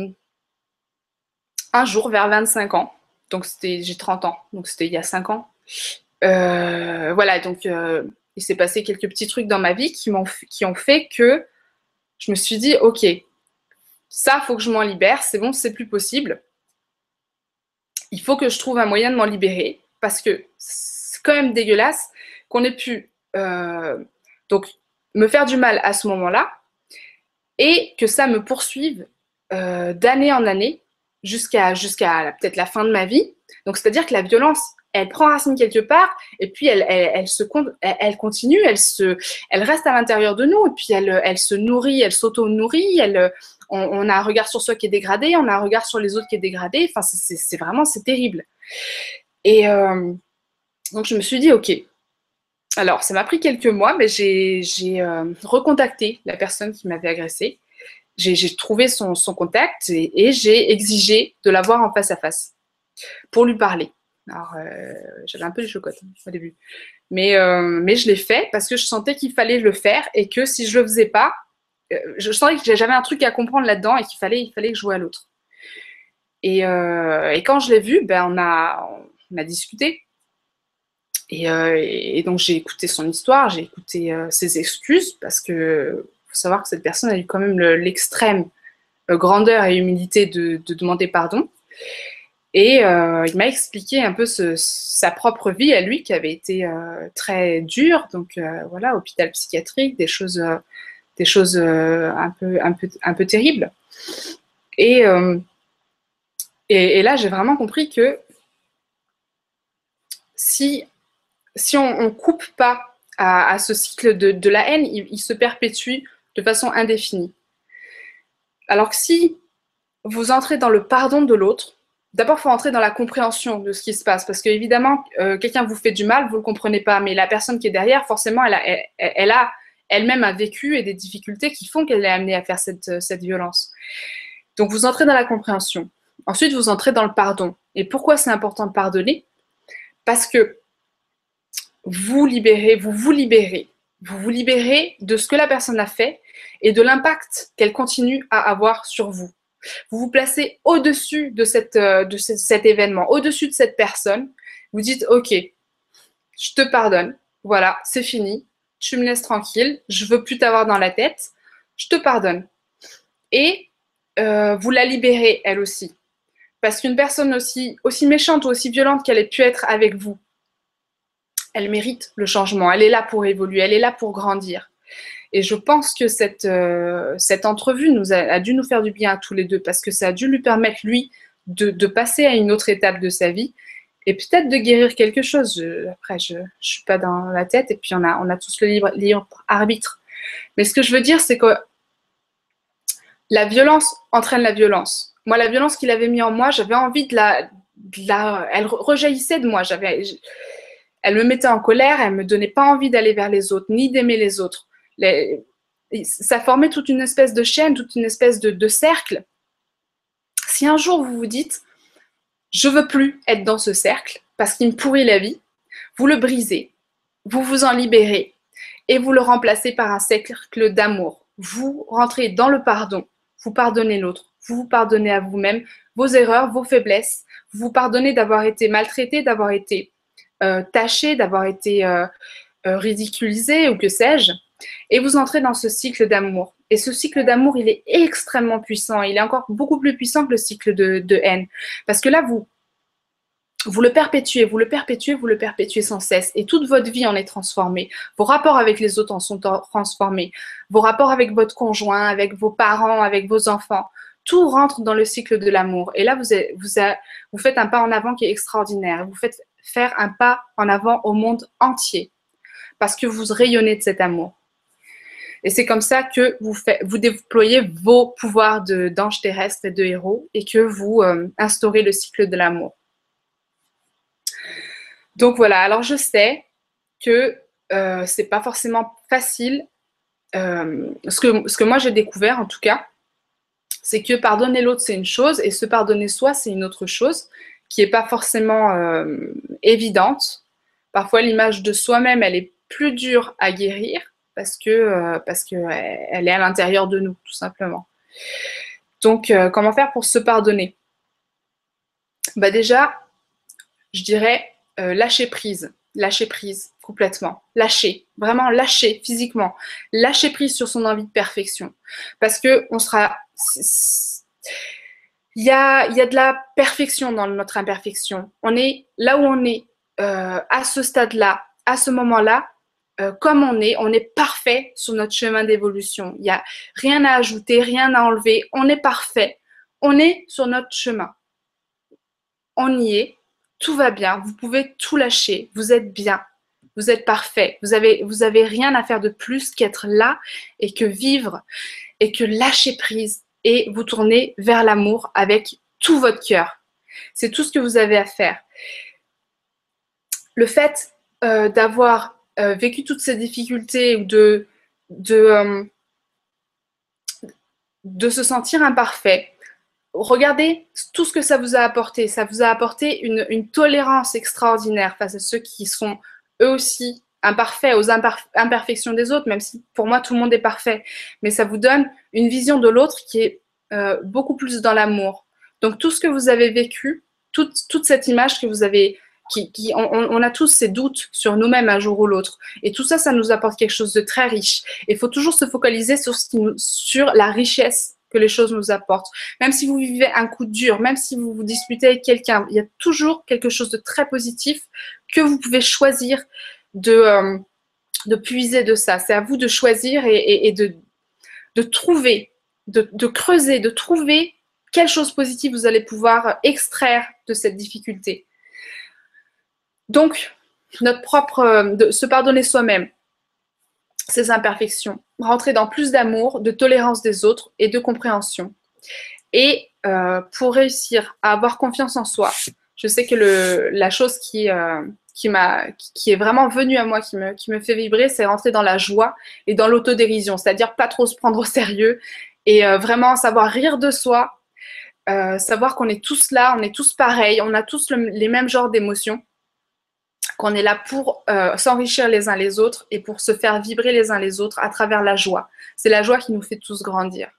un jour, vers 25 ans, donc j'ai 30 ans, donc c'était il y a 5 ans, voilà, donc il s'est passé quelques petits trucs dans ma vie qui ont fait que je me suis dit, ok, ça, faut que je m'en libère, c'est bon, c'est plus possible. Il faut que je trouve un moyen de m'en libérer, parce que c'est quand même dégueulasse qu'on ait pu donc me faire du mal à ce moment-là, et que ça me poursuive d'année en année jusqu'à peut-être la fin de ma vie. Donc, c'est-à-dire que la violence, elle prend racine quelque part, et puis elle continue, elle reste à l'intérieur de nous, et puis elle se nourrit, elle s'auto-nourrit, on a un regard sur soi qui est dégradé, on a un regard sur les autres qui est dégradé, enfin, c'est terrible. Et donc, je me suis dit, ok, alors, ça m'a pris quelques mois, mais j'ai recontacté la personne qui m'avait agressée. J'ai trouvé son contact et j'ai exigé de la voir en face à face pour lui parler. Alors, j'avais un peu les chocottes au début. Mais je l'ai fait parce que je sentais qu'il fallait le faire et que si je le faisais pas, je sentais que j'avais un truc à comprendre là-dedans et qu'il fallait que je joue à l'autre. Et quand je l'ai vu, on a discuté. Et donc j'ai écouté son histoire, j'ai écouté ses excuses, parce que faut savoir que cette personne a eu quand même l'extrême grandeur et humilité de demander pardon. Et il m'a expliqué un peu sa propre vie à lui, qui avait été très dure, donc voilà, hôpital psychiatrique, des choses un peu terribles. Et là, j'ai vraiment compris que si on ne coupe pas à ce cycle de la haine, il se perpétue de façon indéfinie. Alors que si vous entrez dans le pardon de l'autre, d'abord, il faut entrer dans la compréhension de ce qui se passe, parce qu'évidemment, quelqu'un vous fait du mal, vous ne le comprenez pas, mais la personne qui est derrière, forcément, elle a elle-même un vécu et des difficultés qui font qu'elle est amenée à faire cette violence. Donc, vous entrez dans la compréhension. Ensuite, vous entrez dans le pardon. Et pourquoi c'est important de pardonner? Parce que vous vous libérez de ce que la personne a fait et de l'impact qu'elle continue à avoir sur vous. Vous vous placez au-dessus de cet événement, au-dessus de cette personne. Vous dites, ok, je te pardonne, voilà, c'est fini, tu me laisses tranquille, je veux plus t'avoir dans la tête, je te pardonne. Et vous la libérez, elle aussi. Parce qu'une personne aussi méchante ou aussi violente qu'elle ait pu être avec vous, elle mérite le changement, elle est là pour évoluer, elle est là pour grandir. Et je pense que cette entrevue a dû nous faire du bien à tous les deux, parce que ça a dû lui permettre, lui, de passer à une autre étape de sa vie et peut-être de guérir quelque chose. Après, je ne suis pas dans la tête, et puis on a tous le libre arbitre. Mais ce que je veux dire, c'est que la violence entraîne la violence. Moi, la violence qu'il avait mis en moi, j'avais envie elle rejaillissait de moi. Elle me mettait en colère, elle me donnait pas envie d'aller vers les autres, ni d'aimer les autres. Ça formait toute une espèce de chaîne, toute une espèce de cercle. Si un jour vous vous dites, je veux plus être dans ce cercle parce qu'il me pourrit la vie, vous le brisez, vous vous en libérez et vous le remplacez par un cercle d'amour. Vous rentrez dans le pardon, vous pardonnez l'autre, vous vous pardonnez à vous-même, vos erreurs, vos faiblesses, vous vous pardonnez d'avoir été maltraité, d'avoir été taché, d'avoir été ridiculisé ou que sais-je, et vous entrez dans ce cycle d'amour. Et ce cycle d'amour, il est extrêmement puissant. Il est encore beaucoup plus puissant que le cycle de haine. Parce que là, vous le perpétuez, vous le perpétuez, vous le perpétuez sans cesse. Et toute votre vie en est transformée. Vos rapports avec les autres en sont transformés. Vos rapports avec votre conjoint, avec vos parents, avec vos enfants. Tout rentre dans le cycle de l'amour. Et là, vous faites un pas en avant qui est extraordinaire. Vous faites faire un pas en avant au monde entier. Parce que vous rayonnez de cet amour. Et c'est comme ça que vous déployez vos pouvoirs d'ange terrestre et de héros, et que vous instaurez le cycle de l'amour. Donc voilà, alors je sais que c'est pas forcément facile. Ce que moi j'ai découvert en tout cas, c'est que pardonner l'autre c'est une chose, et se pardonner soi c'est une autre chose, qui n'est pas forcément évidente. Parfois l'image de soi-même elle est plus dure à guérir, parce que elle est à l'intérieur de nous, tout simplement. Donc, comment faire pour se pardonner? Bah déjà, je dirais lâcher prise complètement. Vraiment lâcher physiquement. Lâcher prise sur son envie de perfection. Parce que il y a de la perfection dans notre imperfection. On est là où on est, à ce stade-là, à ce moment-là, comme on est parfait sur notre chemin d'évolution. Il n'y a rien à ajouter, rien à enlever. On est parfait. On est sur notre chemin. On y est. Tout va bien. Vous pouvez tout lâcher. Vous êtes bien. Vous êtes parfait. Vous avez rien à faire de plus qu'être là et que vivre et que lâcher prise et vous tourner vers l'amour avec tout votre cœur. C'est tout ce que vous avez à faire. Le fait d'avoir vécu toutes ces difficultés ou de se sentir imparfait, regardez tout ce que ça vous a apporté. Ça vous a apporté une tolérance extraordinaire face à ceux qui sont eux aussi imparfaits, aux imperfections des autres, même si pour moi tout le monde est parfait. Mais ça vous donne une vision de l'autre qui est beaucoup plus dans l'amour. Donc tout ce que vous avez vécu, toute cette image que vous avez, on a tous ces doutes sur nous-mêmes un jour ou l'autre. Et tout ça, ça nous apporte quelque chose de très riche. Il faut toujours se focaliser sur la richesse que les choses nous apportent. Même si vous vivez un coup dur, même si vous vous disputez avec quelqu'un, il y a toujours quelque chose de très positif que vous pouvez choisir de puiser de ça. C'est à vous de choisir et de trouver, de creuser, de trouver quelle chose positive vous allez pouvoir extraire de cette difficulté. Donc, se pardonner soi-même, ses imperfections, rentrer dans plus d'amour, de tolérance des autres et de compréhension. Et pour réussir à avoir confiance en soi, je sais que la chose qui est vraiment venue à moi, qui me fait vibrer, c'est rentrer dans la joie et dans l'autodérision, c'est-à-dire pas trop se prendre au sérieux et vraiment savoir rire de soi, savoir qu'on est tous là, on est tous pareils, on a tous les mêmes genres d'émotions, qu'on est là pour s'enrichir les uns les autres et pour se faire vibrer les uns les autres à travers la joie. C'est la joie qui nous fait tous grandir.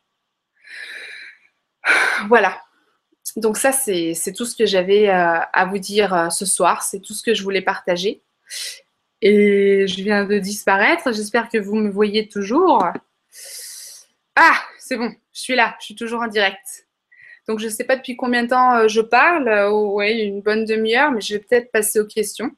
Voilà. Donc ça, c'est tout ce que j'avais à vous dire ce soir. C'est tout ce que je voulais partager. Et je viens de disparaître. J'espère que vous me voyez toujours. Ah, c'est bon. Je suis là. Je suis toujours en direct. Donc, je ne sais pas depuis combien de temps je parle. Oui, une bonne demi-heure, mais je vais peut-être passer aux questions.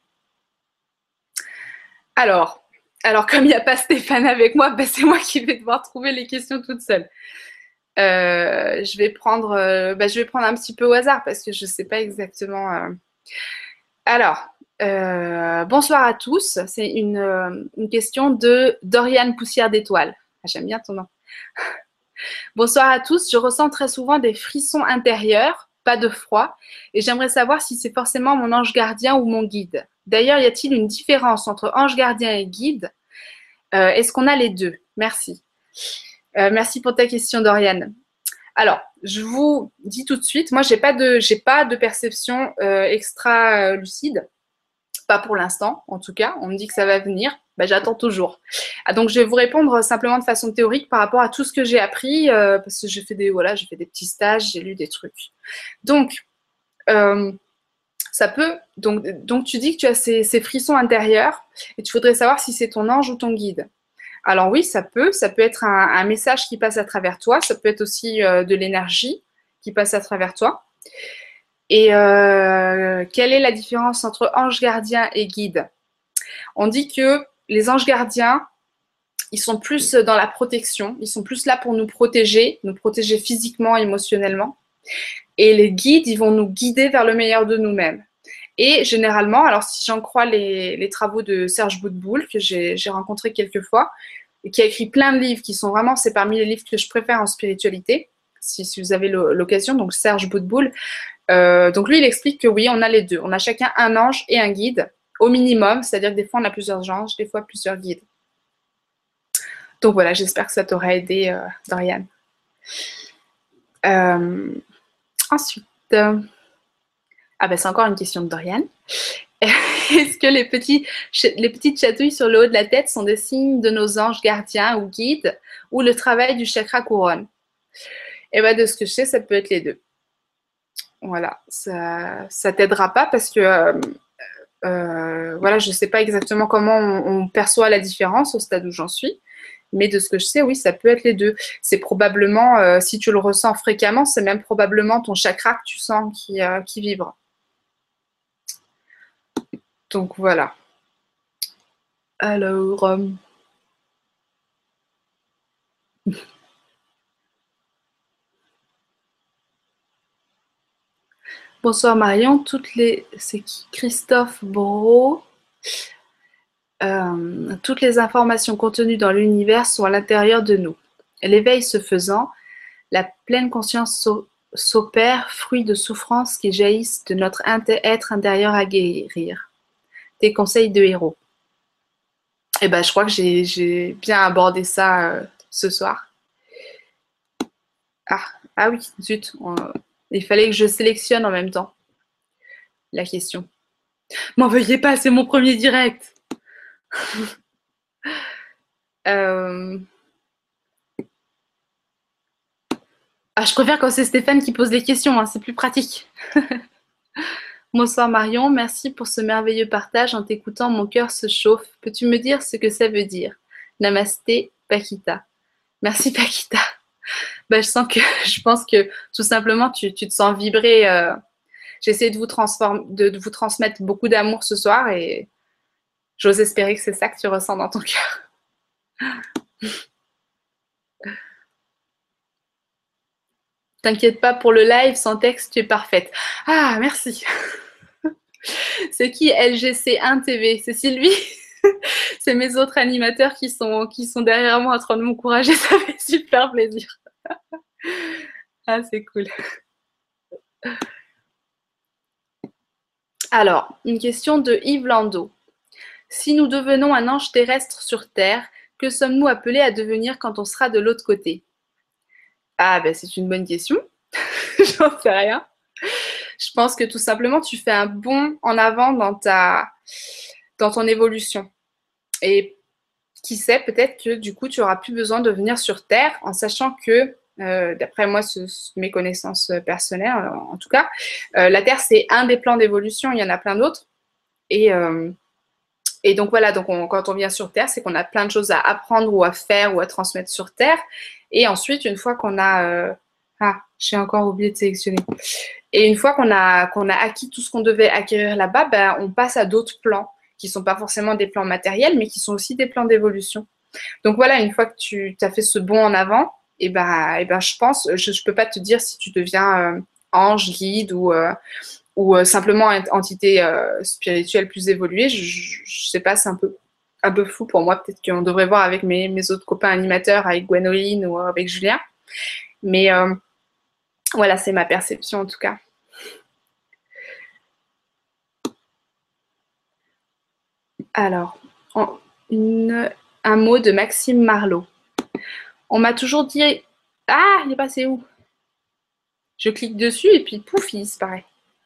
Alors comme il n'y a pas Stéphane avec moi, ben, c'est moi qui vais devoir trouver les questions toute seule. Je vais prendre un petit peu au hasard parce que je ne sais pas exactement. Alors, bonsoir à tous. C'est une question de Doriane Poussière d'Étoile. Ah, j'aime bien ton nom. Bonsoir à tous. Je ressens très souvent des frissons intérieurs, pas de froid, et j'aimerais savoir si c'est forcément mon ange gardien ou mon guide. D'ailleurs, y a-t-il une différence entre ange gardien et guide? Est-ce qu'on a les deux? Merci. Merci pour ta question, Doriane. Alors, je vous dis tout de suite, moi, j'ai pas de perception extra lucide, pas pour l'instant, en tout cas. On me dit que ça va venir, ben, j'attends toujours. Ah, donc, je vais vous répondre simplement de façon théorique par rapport à tout ce que j'ai appris, parce que j'ai fait des petits stages, j'ai lu des trucs. Donc, ça peut. Donc, tu dis que tu as ces frissons intérieurs et tu voudrais savoir si c'est ton ange ou ton guide. Alors oui, ça peut être un message qui passe à travers toi, ça peut être aussi de l'énergie qui passe à travers toi. Et quelle est la différence entre ange gardien et guide? On dit que les anges gardiens, ils sont plus dans la protection, ils sont plus là pour nous protéger physiquement, émotionnellement. Et les guides, ils vont nous guider vers le meilleur de nous-mêmes. Et généralement, alors si j'en crois les travaux de Serge Boutboul, que j'ai rencontré quelques fois, et qui a écrit plein de livres qui sont vraiment, c'est parmi les livres que je préfère en spiritualité, si vous avez l'occasion, donc Serge Boutboul. Donc lui, il explique que oui, on a les deux. On a chacun un ange et un guide, au minimum, c'est-à-dire que des fois on a plusieurs anges, des fois plusieurs guides. Donc voilà, j'espère que ça t'aura aidé, Doriane. Ensuite, ah ben c'est encore une question de Doriane. Est-ce que les petites chatouilles sur le haut de la tête sont des signes de nos anges gardiens ou guides ou le travail du chakra couronne? Et ben de ce que je sais, ça peut être les deux. Voilà, ça t'aidera pas parce que voilà, je sais pas exactement comment on perçoit la différence au stade où j'en suis. Mais de ce que je sais, oui, ça peut être les deux. C'est probablement, si tu le ressens fréquemment, c'est même probablement ton chakra que tu sens qui vibre. Donc voilà. Alors, bonsoir Marion, c'est qui? Christophe Bro. Toutes les informations contenues dans l'univers sont à l'intérieur de nous. L'éveil se faisant, la pleine conscience s'opère, fruit de souffrances qui jaillissent de notre être intérieur à guérir. Tes conseils de héros. Eh ben, je crois que j'ai bien abordé ça ce soir. Ah oui, zut. Il fallait que je sélectionne en même temps la question. M'en veuillez pas, c'est mon premier direct. Je préfère quand c'est Stéphane qui pose les questions, hein, c'est plus pratique. Bonsoir Marion, merci pour ce merveilleux partage. En t'écoutant, mon cœur se chauffe. Peux-tu me dire ce que ça veut dire? Namasté, Paquita. Merci Paquita. Je pense que tout simplement, tu te sens vibrer. J'ai essayé de vous transmettre beaucoup d'amour ce soir et j'ose espérer que c'est ça que tu ressens dans ton cœur. T'inquiète pas pour le live, sans texte, tu es parfaite. Ah, merci. C'est qui LGC1 TV? C'est Sylvie? c'est mes autres animateurs qui sont derrière moi en train de m'encourager. Ça fait super plaisir. Ah, c'est cool. Alors, une question de Yves Landau. Si nous devenons un ange terrestre sur Terre, que sommes-nous appelés à devenir quand on sera de l'autre côté? Ah, ben c'est une bonne question. J'en sais rien. Je pense que tout simplement, tu fais un bond en avant dans ton évolution. Et qui sait, peut-être que du coup, tu auras plus besoin de venir sur Terre, en sachant que, d'après moi, mes connaissances personnelles, en tout cas, la Terre, c'est un des plans d'évolution, il y en a plein d'autres. Et, et donc voilà, donc quand on vient sur Terre, c'est qu'on a plein de choses à apprendre ou à faire ou à transmettre sur Terre. Et ensuite, une fois qu'on a... ah, j'ai encore oublié de sélectionner. Et une fois qu'on a acquis tout ce qu'on devait acquérir là-bas, ben, on passe à d'autres plans qui ne sont pas forcément des plans matériels, mais qui sont aussi des plans d'évolution. Donc voilà, une fois que tu as fait ce bond en avant, et ben je pense, je ne peux pas te dire si tu deviens ange, guide ou simplement entité spirituelle plus évoluée. Je ne sais pas, c'est un peu fou pour moi. Peut-être qu'on devrait voir avec mes autres copains animateurs, avec Gwénoline ou avec Julien. Mais voilà, c'est ma perception en tout cas. Alors, un mot de Maxime Marlowe. On m'a toujours dit... Ah, il est passé où? Je clique dessus et puis pouf, il disparaît.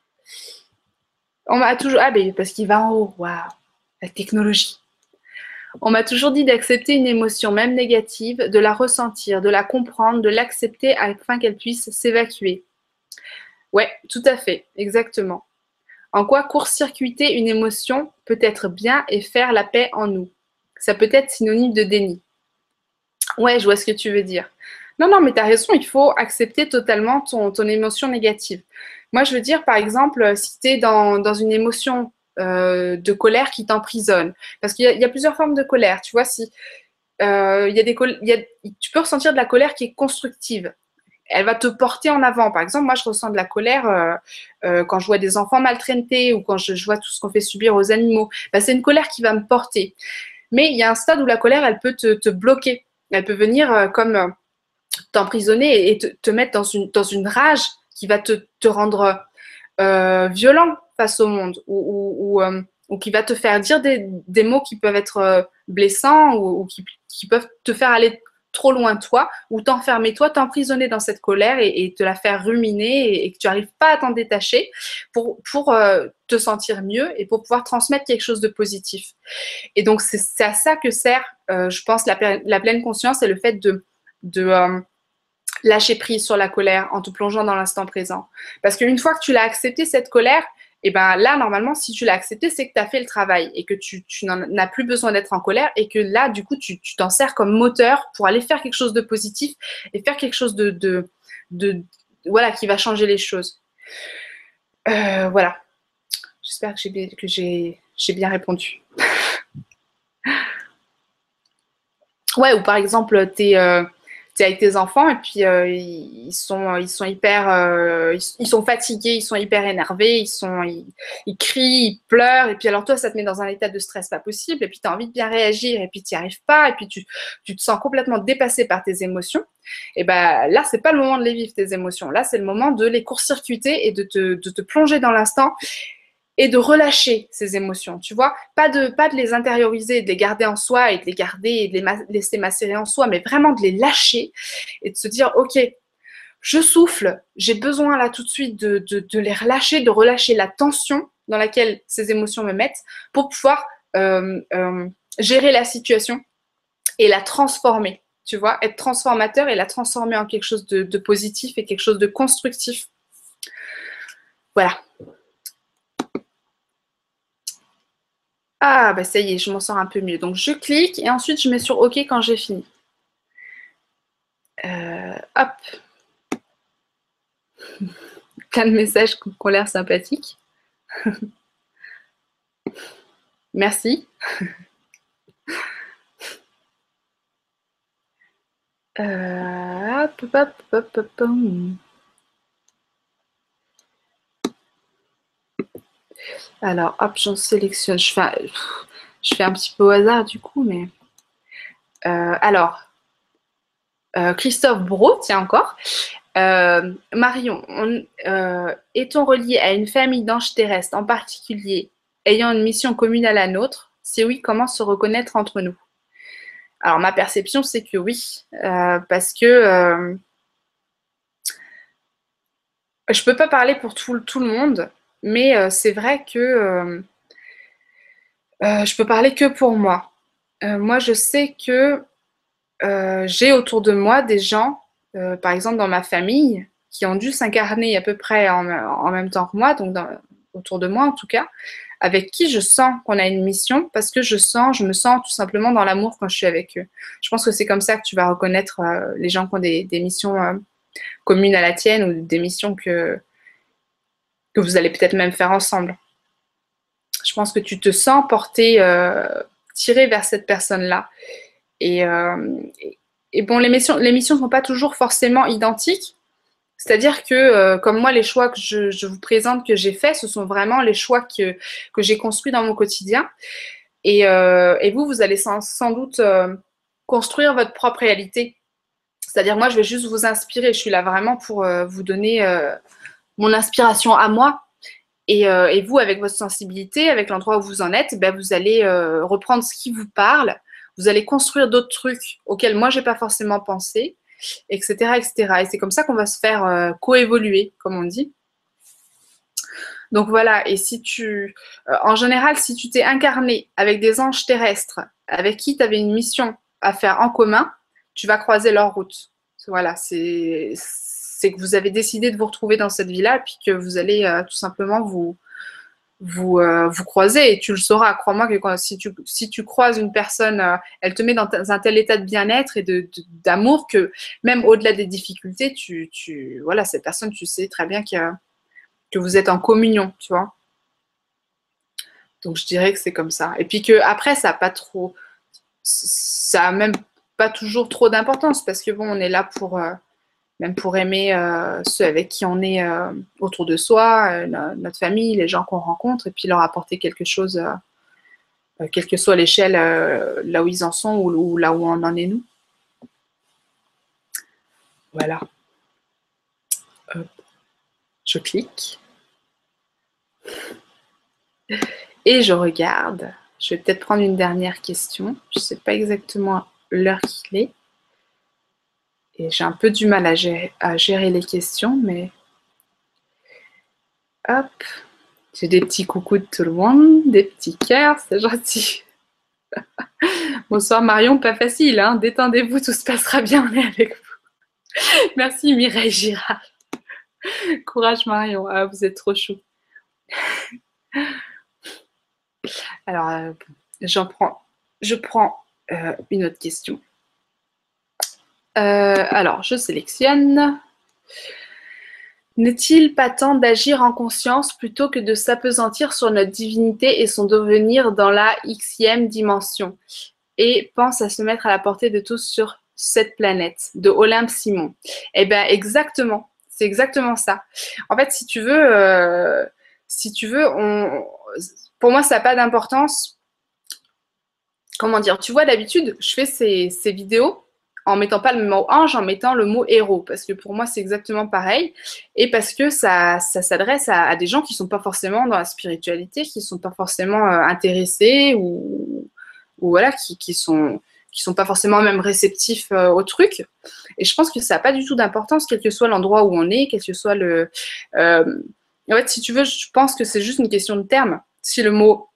On m'a toujours... Ah, ben parce qu'il va en haut. Waouh, la technologie. On m'a toujours dit d'accepter une émotion, même négative, de la ressentir, de la comprendre, de l'accepter afin qu'elle puisse s'évacuer. Ouais, tout à fait, exactement. En quoi court-circuiter une émotion peut être bien et faire la paix en nous? Ça peut être synonyme de déni. Ouais, je vois ce que tu veux dire. Non, non, mais tu as raison, il faut accepter totalement ton émotion négative. Moi, je veux dire, par exemple, si tu es dans une émotion de colère qui t'emprisonne, parce qu'il y a plusieurs formes de colère, tu vois, si il y a tu peux ressentir de la colère qui est constructive. Elle va te porter en avant. Par exemple, moi, je ressens de la colère quand je vois des enfants maltraités ou quand je vois tout ce qu'on fait subir aux animaux. Ben, c'est une colère qui va me porter. Mais il y a un stade où la colère, elle peut te bloquer. Elle peut venir comme t'emprisonner et te mettre dans une rage qui va te rendre violent face au monde ou qui va te faire dire des mots qui peuvent être blessants ou qui peuvent te faire aller trop loin de toi ou t'enfermer toi, t'emprisonner dans cette colère et te la faire ruminer et que tu n'arrives pas à t'en détacher pour te sentir mieux et pour pouvoir transmettre quelque chose de positif. Et donc, c'est à ça que sert, je pense, la pleine conscience et le fait de lâcher prise sur la colère en te plongeant dans l'instant présent. Parce qu'une fois que tu l'as accepté, cette colère, et ben là, normalement, si tu l'as accepté, c'est que tu as fait le travail et que tu n'en as plus besoin d'être en colère et que là, du coup, tu t'en sers comme moteur pour aller faire quelque chose de positif et faire quelque chose voilà, qui va changer les choses. Voilà. J'espère que j'ai bien répondu. Ouais, ou par exemple, t'es avec tes enfants et puis ils sont hyper, ils sont fatigués, ils sont hyper énervés, ils crient, ils pleurent et puis alors toi, ça te met dans un état de stress pas possible et puis tu as envie de bien réagir et puis tu n'y arrives pas et puis tu te sens complètement dépassé par tes émotions. Et ben là, c'est pas le moment de les vivre, tes émotions. Là, c'est le moment de les court-circuiter et de te plonger dans l'instant et de relâcher ces émotions, tu vois, pas de les intérioriser, de les garder en soi et de les garder et de laisser macérer en soi, mais vraiment de les lâcher et de se dire, ok, je souffle, j'ai besoin là tout de suite de les relâcher, de relâcher la tension dans laquelle ces émotions me mettent pour pouvoir gérer la situation et la transformer, tu vois, être transformateur et la transformer en quelque chose de positif et quelque chose de constructif. Voilà. Ah, bah ça y est, je m'en sors un peu mieux. Donc, je clique et ensuite, je mets sur OK quand j'ai fini. Hop. Plein de messages qui ont l'air sympathiques. Merci. Hop, hop, hop, hop, hop. Alors, hop, j'en sélectionne. Je fais un petit peu au hasard du coup, mais... alors, Christophe Brault, tiens encore. Marion, est-on relié à une famille d'anges terrestres en particulier ayant une mission commune à la nôtre? Si oui, comment se reconnaître entre nous? Alors ma perception, c'est que oui, parce que je peux pas parler pour tout le monde, mais c'est vrai que je peux parler que pour moi. Moi, je sais que j'ai autour de moi des gens, par exemple dans ma famille, qui ont dû s'incarner à peu près en même temps que moi, donc autour de moi en tout cas, avec qui je sens qu'on a une mission, parce que je me sens tout simplement dans l'amour quand je suis avec eux. Je pense que c'est comme ça que tu vas reconnaître les gens qui ont des missions communes à la tienne ou des missions que vous allez peut-être même faire ensemble. Je pense que tu te sens porté, tiré vers cette personne-là. Et, et bon, les missions ne sont pas toujours forcément identiques. C'est-à-dire que, comme moi, les choix que je vous présente, que j'ai faits, ce sont vraiment les choix que j'ai construits dans mon quotidien. Et vous, vous allez sans doute construire votre propre réalité. C'est-à-dire, moi, je vais juste vous inspirer. Je suis là vraiment pour vous donner mon inspiration à moi. Et vous, avec votre sensibilité, avec l'endroit où vous en êtes, ben, vous allez reprendre ce qui vous parle. Vous allez construire d'autres trucs auxquels moi, j'ai pas forcément pensé, etc., etc. Et c'est comme ça qu'on va se faire coévoluer, comme on dit. Donc voilà, et si en général, si tu t'es incarné avec des anges terrestres, avec qui tu avais une mission à faire en commun, tu vas croiser leur route. Voilà, c'est que vous avez décidé de vous retrouver dans cette vie-là, puis que vous allez tout simplement vous croiser, et tu le sauras. Crois-moi que si tu croises une personne, elle te met dans un tel état de bien-être et d'amour que même au-delà des difficultés, voilà, cette personne, tu sais très bien que vous êtes en communion, tu vois. Donc je dirais que c'est comme ça. Et puis que après, ça a même pas toujours trop d'importance, parce que bon, on est là pour même pour aimer ceux avec qui on est autour de soi, notre famille, les gens qu'on rencontre, et puis leur apporter quelque chose, quelle que soit l'échelle, là où ils en sont ou là où on en est nous. Voilà. Hop. Je clique. Et je regarde. Je vais peut-être prendre une dernière question. Je ne sais pas exactement l'heure qu'il est. Et j'ai un peu du mal à gérer les questions, mais hop. J'ai des petits coucous de tout le monde, des petits cœurs, c'est gentil. Bonsoir Marion, pas facile, hein. Détendez-vous, tout se passera bien, on est avec vous. Merci Mireille Girard. Courage Marion, ah, vous êtes trop chou. Alors, je prends une autre question. Alors, je sélectionne. N'est-il pas temps d'agir en conscience plutôt que de s'appesantir sur notre divinité et son devenir dans la Xème dimension? Et pense à se mettre à la portée de tous sur cette planète, de Olympe Simon. Eh bien, exactement. C'est exactement ça. En fait, si tu veux, pour moi, ça n'a pas d'importance. Comment dire? Tu vois, d'habitude, je fais ces vidéos en mettant pas le mot ange, en mettant le mot héros, parce que pour moi, c'est exactement pareil, et parce que ça s'adresse à des gens qui sont pas forcément dans la spiritualité, qui sont pas forcément intéressés, ou voilà, qui sont pas forcément même réceptifs au truc. Et je pense que ça n'a pas du tout d'importance, quel que soit l'endroit où on est, quel que soit le... en fait, si tu veux, je pense que c'est juste une question de terme. Si le mot...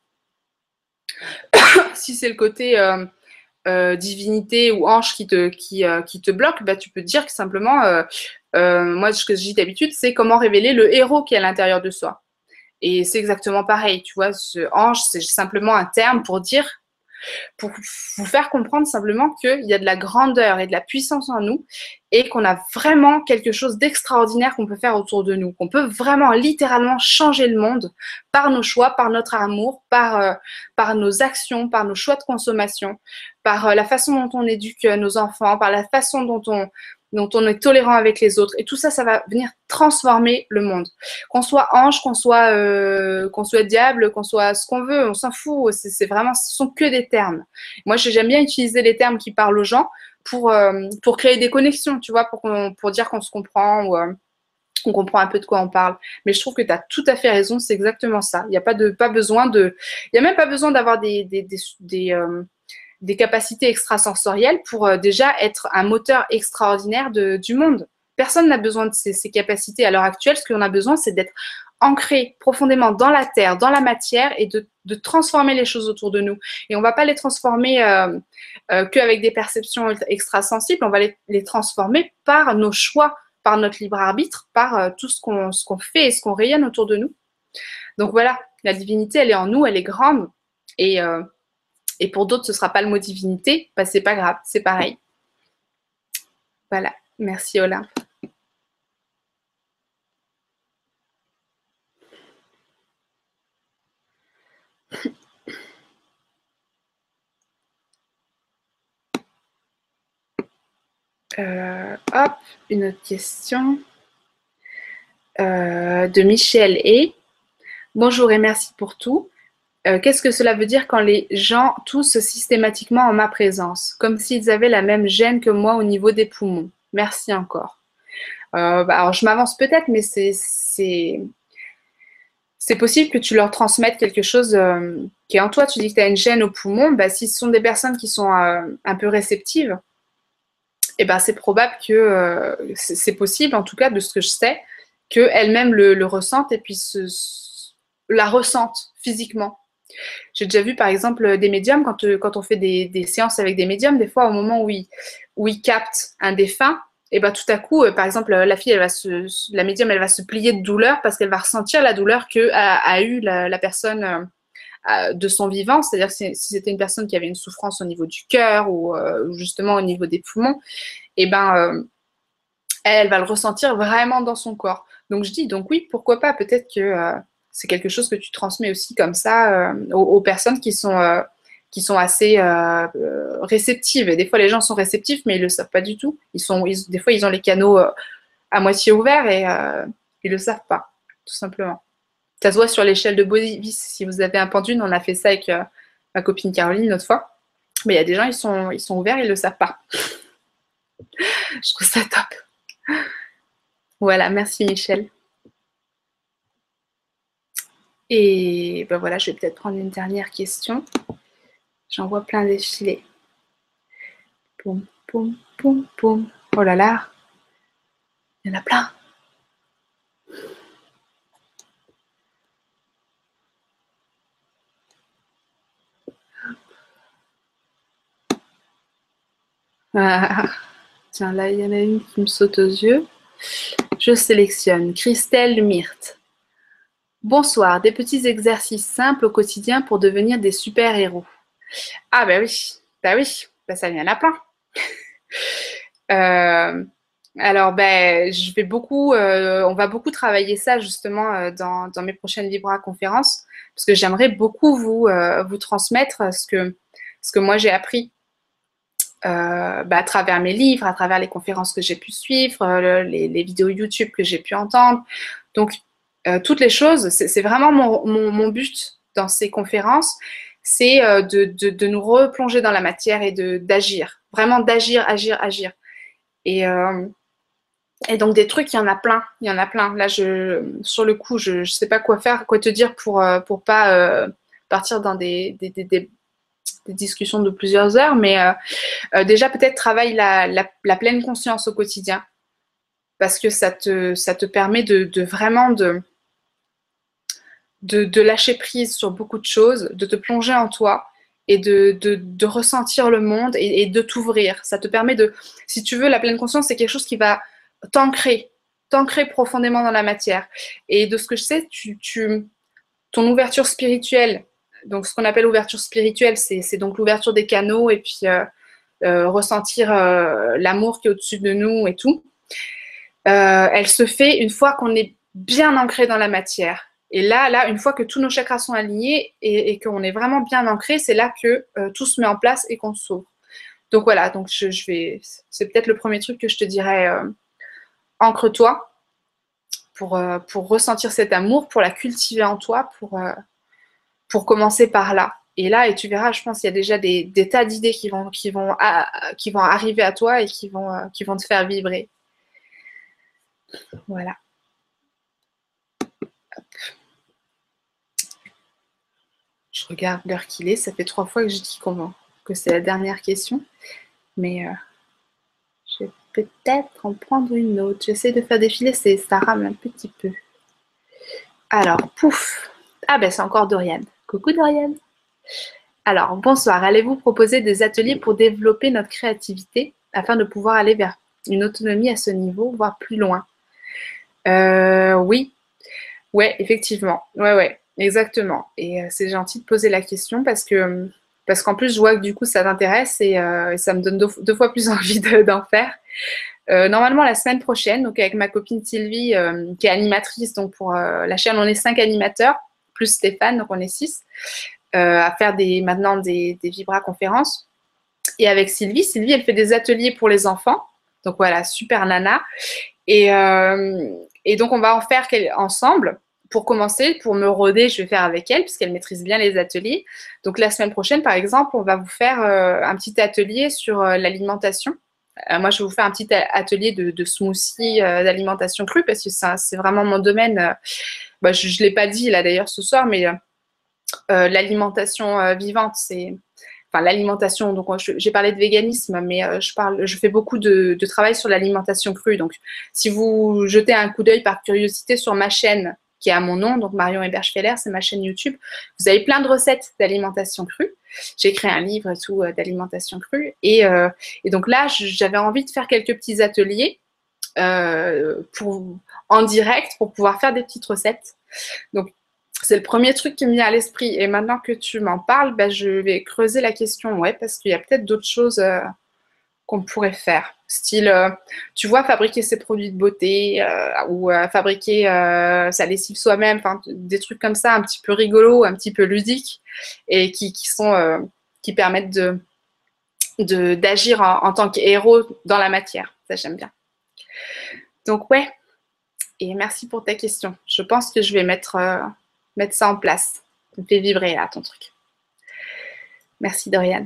si c'est le côté... divinité ou ange qui te bloque, bah, tu peux te dire que simplement, moi, ce que je dis d'habitude, c'est comment révéler le héros qui est à l'intérieur de soi. Et c'est exactement pareil, tu vois, ce ange, c'est simplement un terme pour vous faire comprendre simplement qu'il y a de la grandeur et de la puissance en nous et qu'on a vraiment quelque chose d'extraordinaire qu'on peut faire autour de nous, qu'on peut vraiment littéralement changer le monde par nos choix, par notre amour, par nos actions, par nos choix de consommation, par la façon dont on éduque nos enfants, par la façon dont dont on est tolérant avec les autres. Et tout ça, ça va venir transformer le monde. Qu'on soit ange, qu'on soit diable, qu'on soit ce qu'on veut, on s'en fout. C'est vraiment, ce sont que des termes. Moi, j'aime bien utiliser les termes qui parlent aux gens pour créer des connexions, tu vois, pour dire qu'on se comprend ou on comprend un peu de quoi on parle. Mais je trouve que tu as tout à fait raison, c'est exactement ça. Il n'y a pas besoin de, il y a même pas besoin d'avoir des capacités extrasensorielles pour déjà être un moteur extraordinaire du monde. Personne n'a besoin de ces capacités à l'heure actuelle. Ce qu'on a besoin, c'est d'être ancré profondément dans la terre, dans la matière et de transformer les choses autour de nous. Et on ne va pas les transformer qu'avec des perceptions extrasensibles, on va les transformer par nos choix, par notre libre arbitre, par tout ce qu'on fait et ce qu'on rayonne autour de nous. Donc voilà, la divinité, elle est en nous, elle est grande. Et pour d'autres, ce ne sera pas le mot divinité, bah, c'est pas grave, c'est pareil. Voilà, merci Olympe. Hop, une autre question de Michel et bonjour et merci pour tout. Qu'est-ce que cela veut dire quand les gens toussent systématiquement en ma présence, comme s'ils avaient la même gêne que moi au niveau des poumons? Merci encore. Alors je m'avance peut-être, mais c'est possible que tu leur transmettes quelque chose qui est en toi. Tu dis que tu as une gêne au poumon. Bah, si ce sont des personnes qui sont un peu réceptives, eh ben, c'est probable que c'est possible, en tout cas de ce que je sais, qu'elles-mêmes le ressentent et puis la ressentent physiquement. J'ai déjà vu par exemple des médiums, quand on fait des séances avec des médiums, des fois au moment où ils captent un défunt, et ben tout à coup, par exemple, la fille, la médium, elle va se plier de douleur parce qu'elle va ressentir la douleur a eu la personne de son vivant. C'est-à-dire que si c'était une personne qui avait une souffrance au niveau du cœur ou justement au niveau des poumons, et ben elle va le ressentir vraiment dans son corps. Donc je dis, donc oui, pourquoi pas, peut-être que c'est quelque chose que tu transmets aussi comme ça aux personnes qui sont assez réceptives. Et des fois, les gens sont réceptifs, mais ils ne le savent pas du tout. Des fois, ils ont les canaux à moitié ouverts et ils ne le savent pas, tout simplement. Ça se voit sur l'échelle de Bodivis. Si vous avez un pendule, on a fait ça avec ma copine Caroline une autre fois. Mais il y a des gens, ils sont ouverts, ils ne le savent pas. Je trouve ça top. Voilà, merci Michel. Et ben voilà, je vais peut-être prendre une dernière question. J'en vois plein défiler. Poum, poum, poum, poum. Oh là là, il y en a plein. Ah, tiens, là, il y en a une qui me saute aux yeux. Je sélectionne Christelle Myrthe. Bonsoir, des petits exercices simples au quotidien pour devenir des super-héros. Ah bah oui, ça vient à plein. Alors, je vais beaucoup, on va beaucoup travailler ça justement dans mes prochaines Vibra conférences, parce que j'aimerais beaucoup vous transmettre ce que moi j'ai appris à travers mes livres, à travers les conférences que j'ai pu suivre, les vidéos YouTube que j'ai pu entendre. Donc, toutes les choses, c'est vraiment mon but dans ces conférences, c'est de nous replonger dans la matière et d'agir, vraiment d'agir, agir. Et donc des trucs, il y en a plein. Là, sur le coup, je sais pas quoi te dire pour pas partir dans des discussions de plusieurs heures, mais déjà peut-être travaille la pleine conscience au quotidien, parce que ça te permet de vraiment de lâcher prise sur beaucoup de choses, de te plonger en toi et de ressentir le monde et de t'ouvrir. Ça te permet si tu veux, la pleine conscience, c'est quelque chose qui va t'ancrer profondément dans la matière. Et de ce que je sais, ton ouverture spirituelle, donc ce qu'on appelle ouverture spirituelle, c'est donc l'ouverture des canaux et puis ressentir l'amour qui est au-dessus de nous et tout. Elle se fait une fois qu'on est bien ancré dans la matière. Et là, une fois que tous nos chakras sont alignés et qu'on est vraiment bien ancré, c'est là que tout se met en place et qu'on s'ouvre. Donc voilà, donc c'est peut-être le premier truc que je te dirais, ancre-toi pour ressentir cet amour, pour la cultiver en toi, pour commencer par là. Et là, et tu verras, je pense qu'il y a déjà des tas d'idées qui vont arriver à toi et qui vont te faire vibrer. Voilà. Je regarde l'heure qu'il est. Ça fait 3 fois que je dis que c'est la dernière question. Mais je vais peut-être en prendre une autre. J'essaie de faire défiler, ça rame un petit peu. Alors, pouf. Ah ben c'est encore Dorian. Coucou Dorian. Alors, bonsoir. Allez-vous proposer des ateliers pour développer notre créativité afin de pouvoir aller vers une autonomie à ce niveau, voire plus loin? Oui. Ouais, effectivement. Ouais, exactement. Et c'est gentil de poser la question parce qu'en plus, je vois que du coup, ça t'intéresse et ça me donne deux fois plus envie d'en faire. Normalement, la semaine prochaine, donc avec ma copine Sylvie, qui est animatrice, donc pour la chaîne, on est 5 animateurs, plus Stéphane, donc on est 6, à faire maintenant des vibra-conférences. Et avec Sylvie, elle fait des ateliers pour les enfants. Donc voilà, super nana. Et donc, on va en faire ensemble. Pour commencer, pour me roder, je vais faire avec elle, puisqu'elle maîtrise bien les ateliers. Donc, la semaine prochaine, par exemple, on va vous faire un petit atelier sur l'alimentation. Moi, je vais vous faire un petit atelier de smoothie, d'alimentation crue, parce que c'est vraiment mon domaine. Bah, je ne l'ai pas dit, là, d'ailleurs, ce soir, mais l'alimentation vivante, enfin l'alimentation, donc j'ai parlé de véganisme, mais je fais beaucoup de travail sur l'alimentation crue. Donc, si vous jetez un coup d'œil par curiosité sur ma chaîne, qui est à mon nom, donc Marion Eberschfeller, c'est ma chaîne YouTube, vous avez plein de recettes d'alimentation crue. J'ai écrit un livre et tout d'alimentation crue. Et donc là, j'avais envie de faire quelques petits ateliers en direct pour pouvoir faire des petites recettes. Donc, c'est le premier truc qui me vient à l'esprit. Et maintenant que tu m'en parles, bah, je vais creuser la question, ouais, parce qu'il y a peut-être d'autres choses qu'on pourrait faire. Style, tu vois, fabriquer ses produits de beauté ou fabriquer sa lessive soi-même, enfin, des trucs comme ça, un petit peu rigolos, un petit peu ludiques, et qui permettent d'agir en tant qu'héros dans la matière. Ça, j'aime bien. Donc, ouais, et merci pour ta question. Je pense que je vais mettre ça en place. Ça me fait vibrer là, ton truc. Merci Dorian.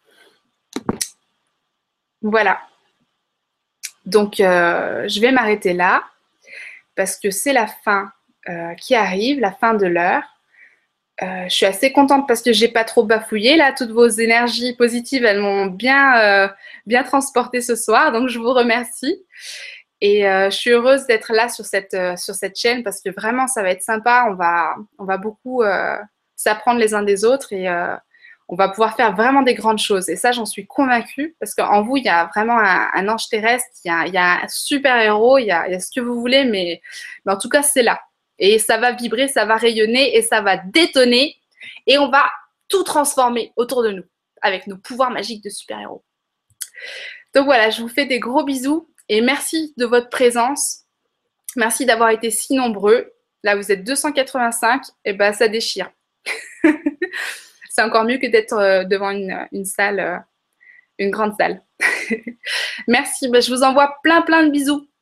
Voilà. Donc, je vais m'arrêter là parce que c'est la fin qui arrive, la fin de l'heure. Je suis assez contente parce que j'ai pas trop bafouillé là. Toutes vos énergies positives, elles m'ont bien transportée ce soir. Donc, je vous remercie. Et je suis heureuse d'être là sur cette chaîne parce que vraiment, ça va être sympa. On va beaucoup s'apprendre les uns des autres et on va pouvoir faire vraiment des grandes choses. Et ça, j'en suis convaincue parce qu'en vous, il y a vraiment un ange terrestre, il y a un super-héros, il y a ce que vous voulez, mais en tout cas, c'est là. Et ça va vibrer, ça va rayonner et ça va détonner et on va tout transformer autour de nous avec nos pouvoirs magiques de super-héros. Donc voilà, je vous fais des gros bisous. Et merci de votre présence. Merci d'avoir été si nombreux. Là, vous êtes 285. Et ben, ça déchire. C'est encore mieux que d'être devant une salle, une grande salle. Merci. Ben, je vous envoie plein de bisous.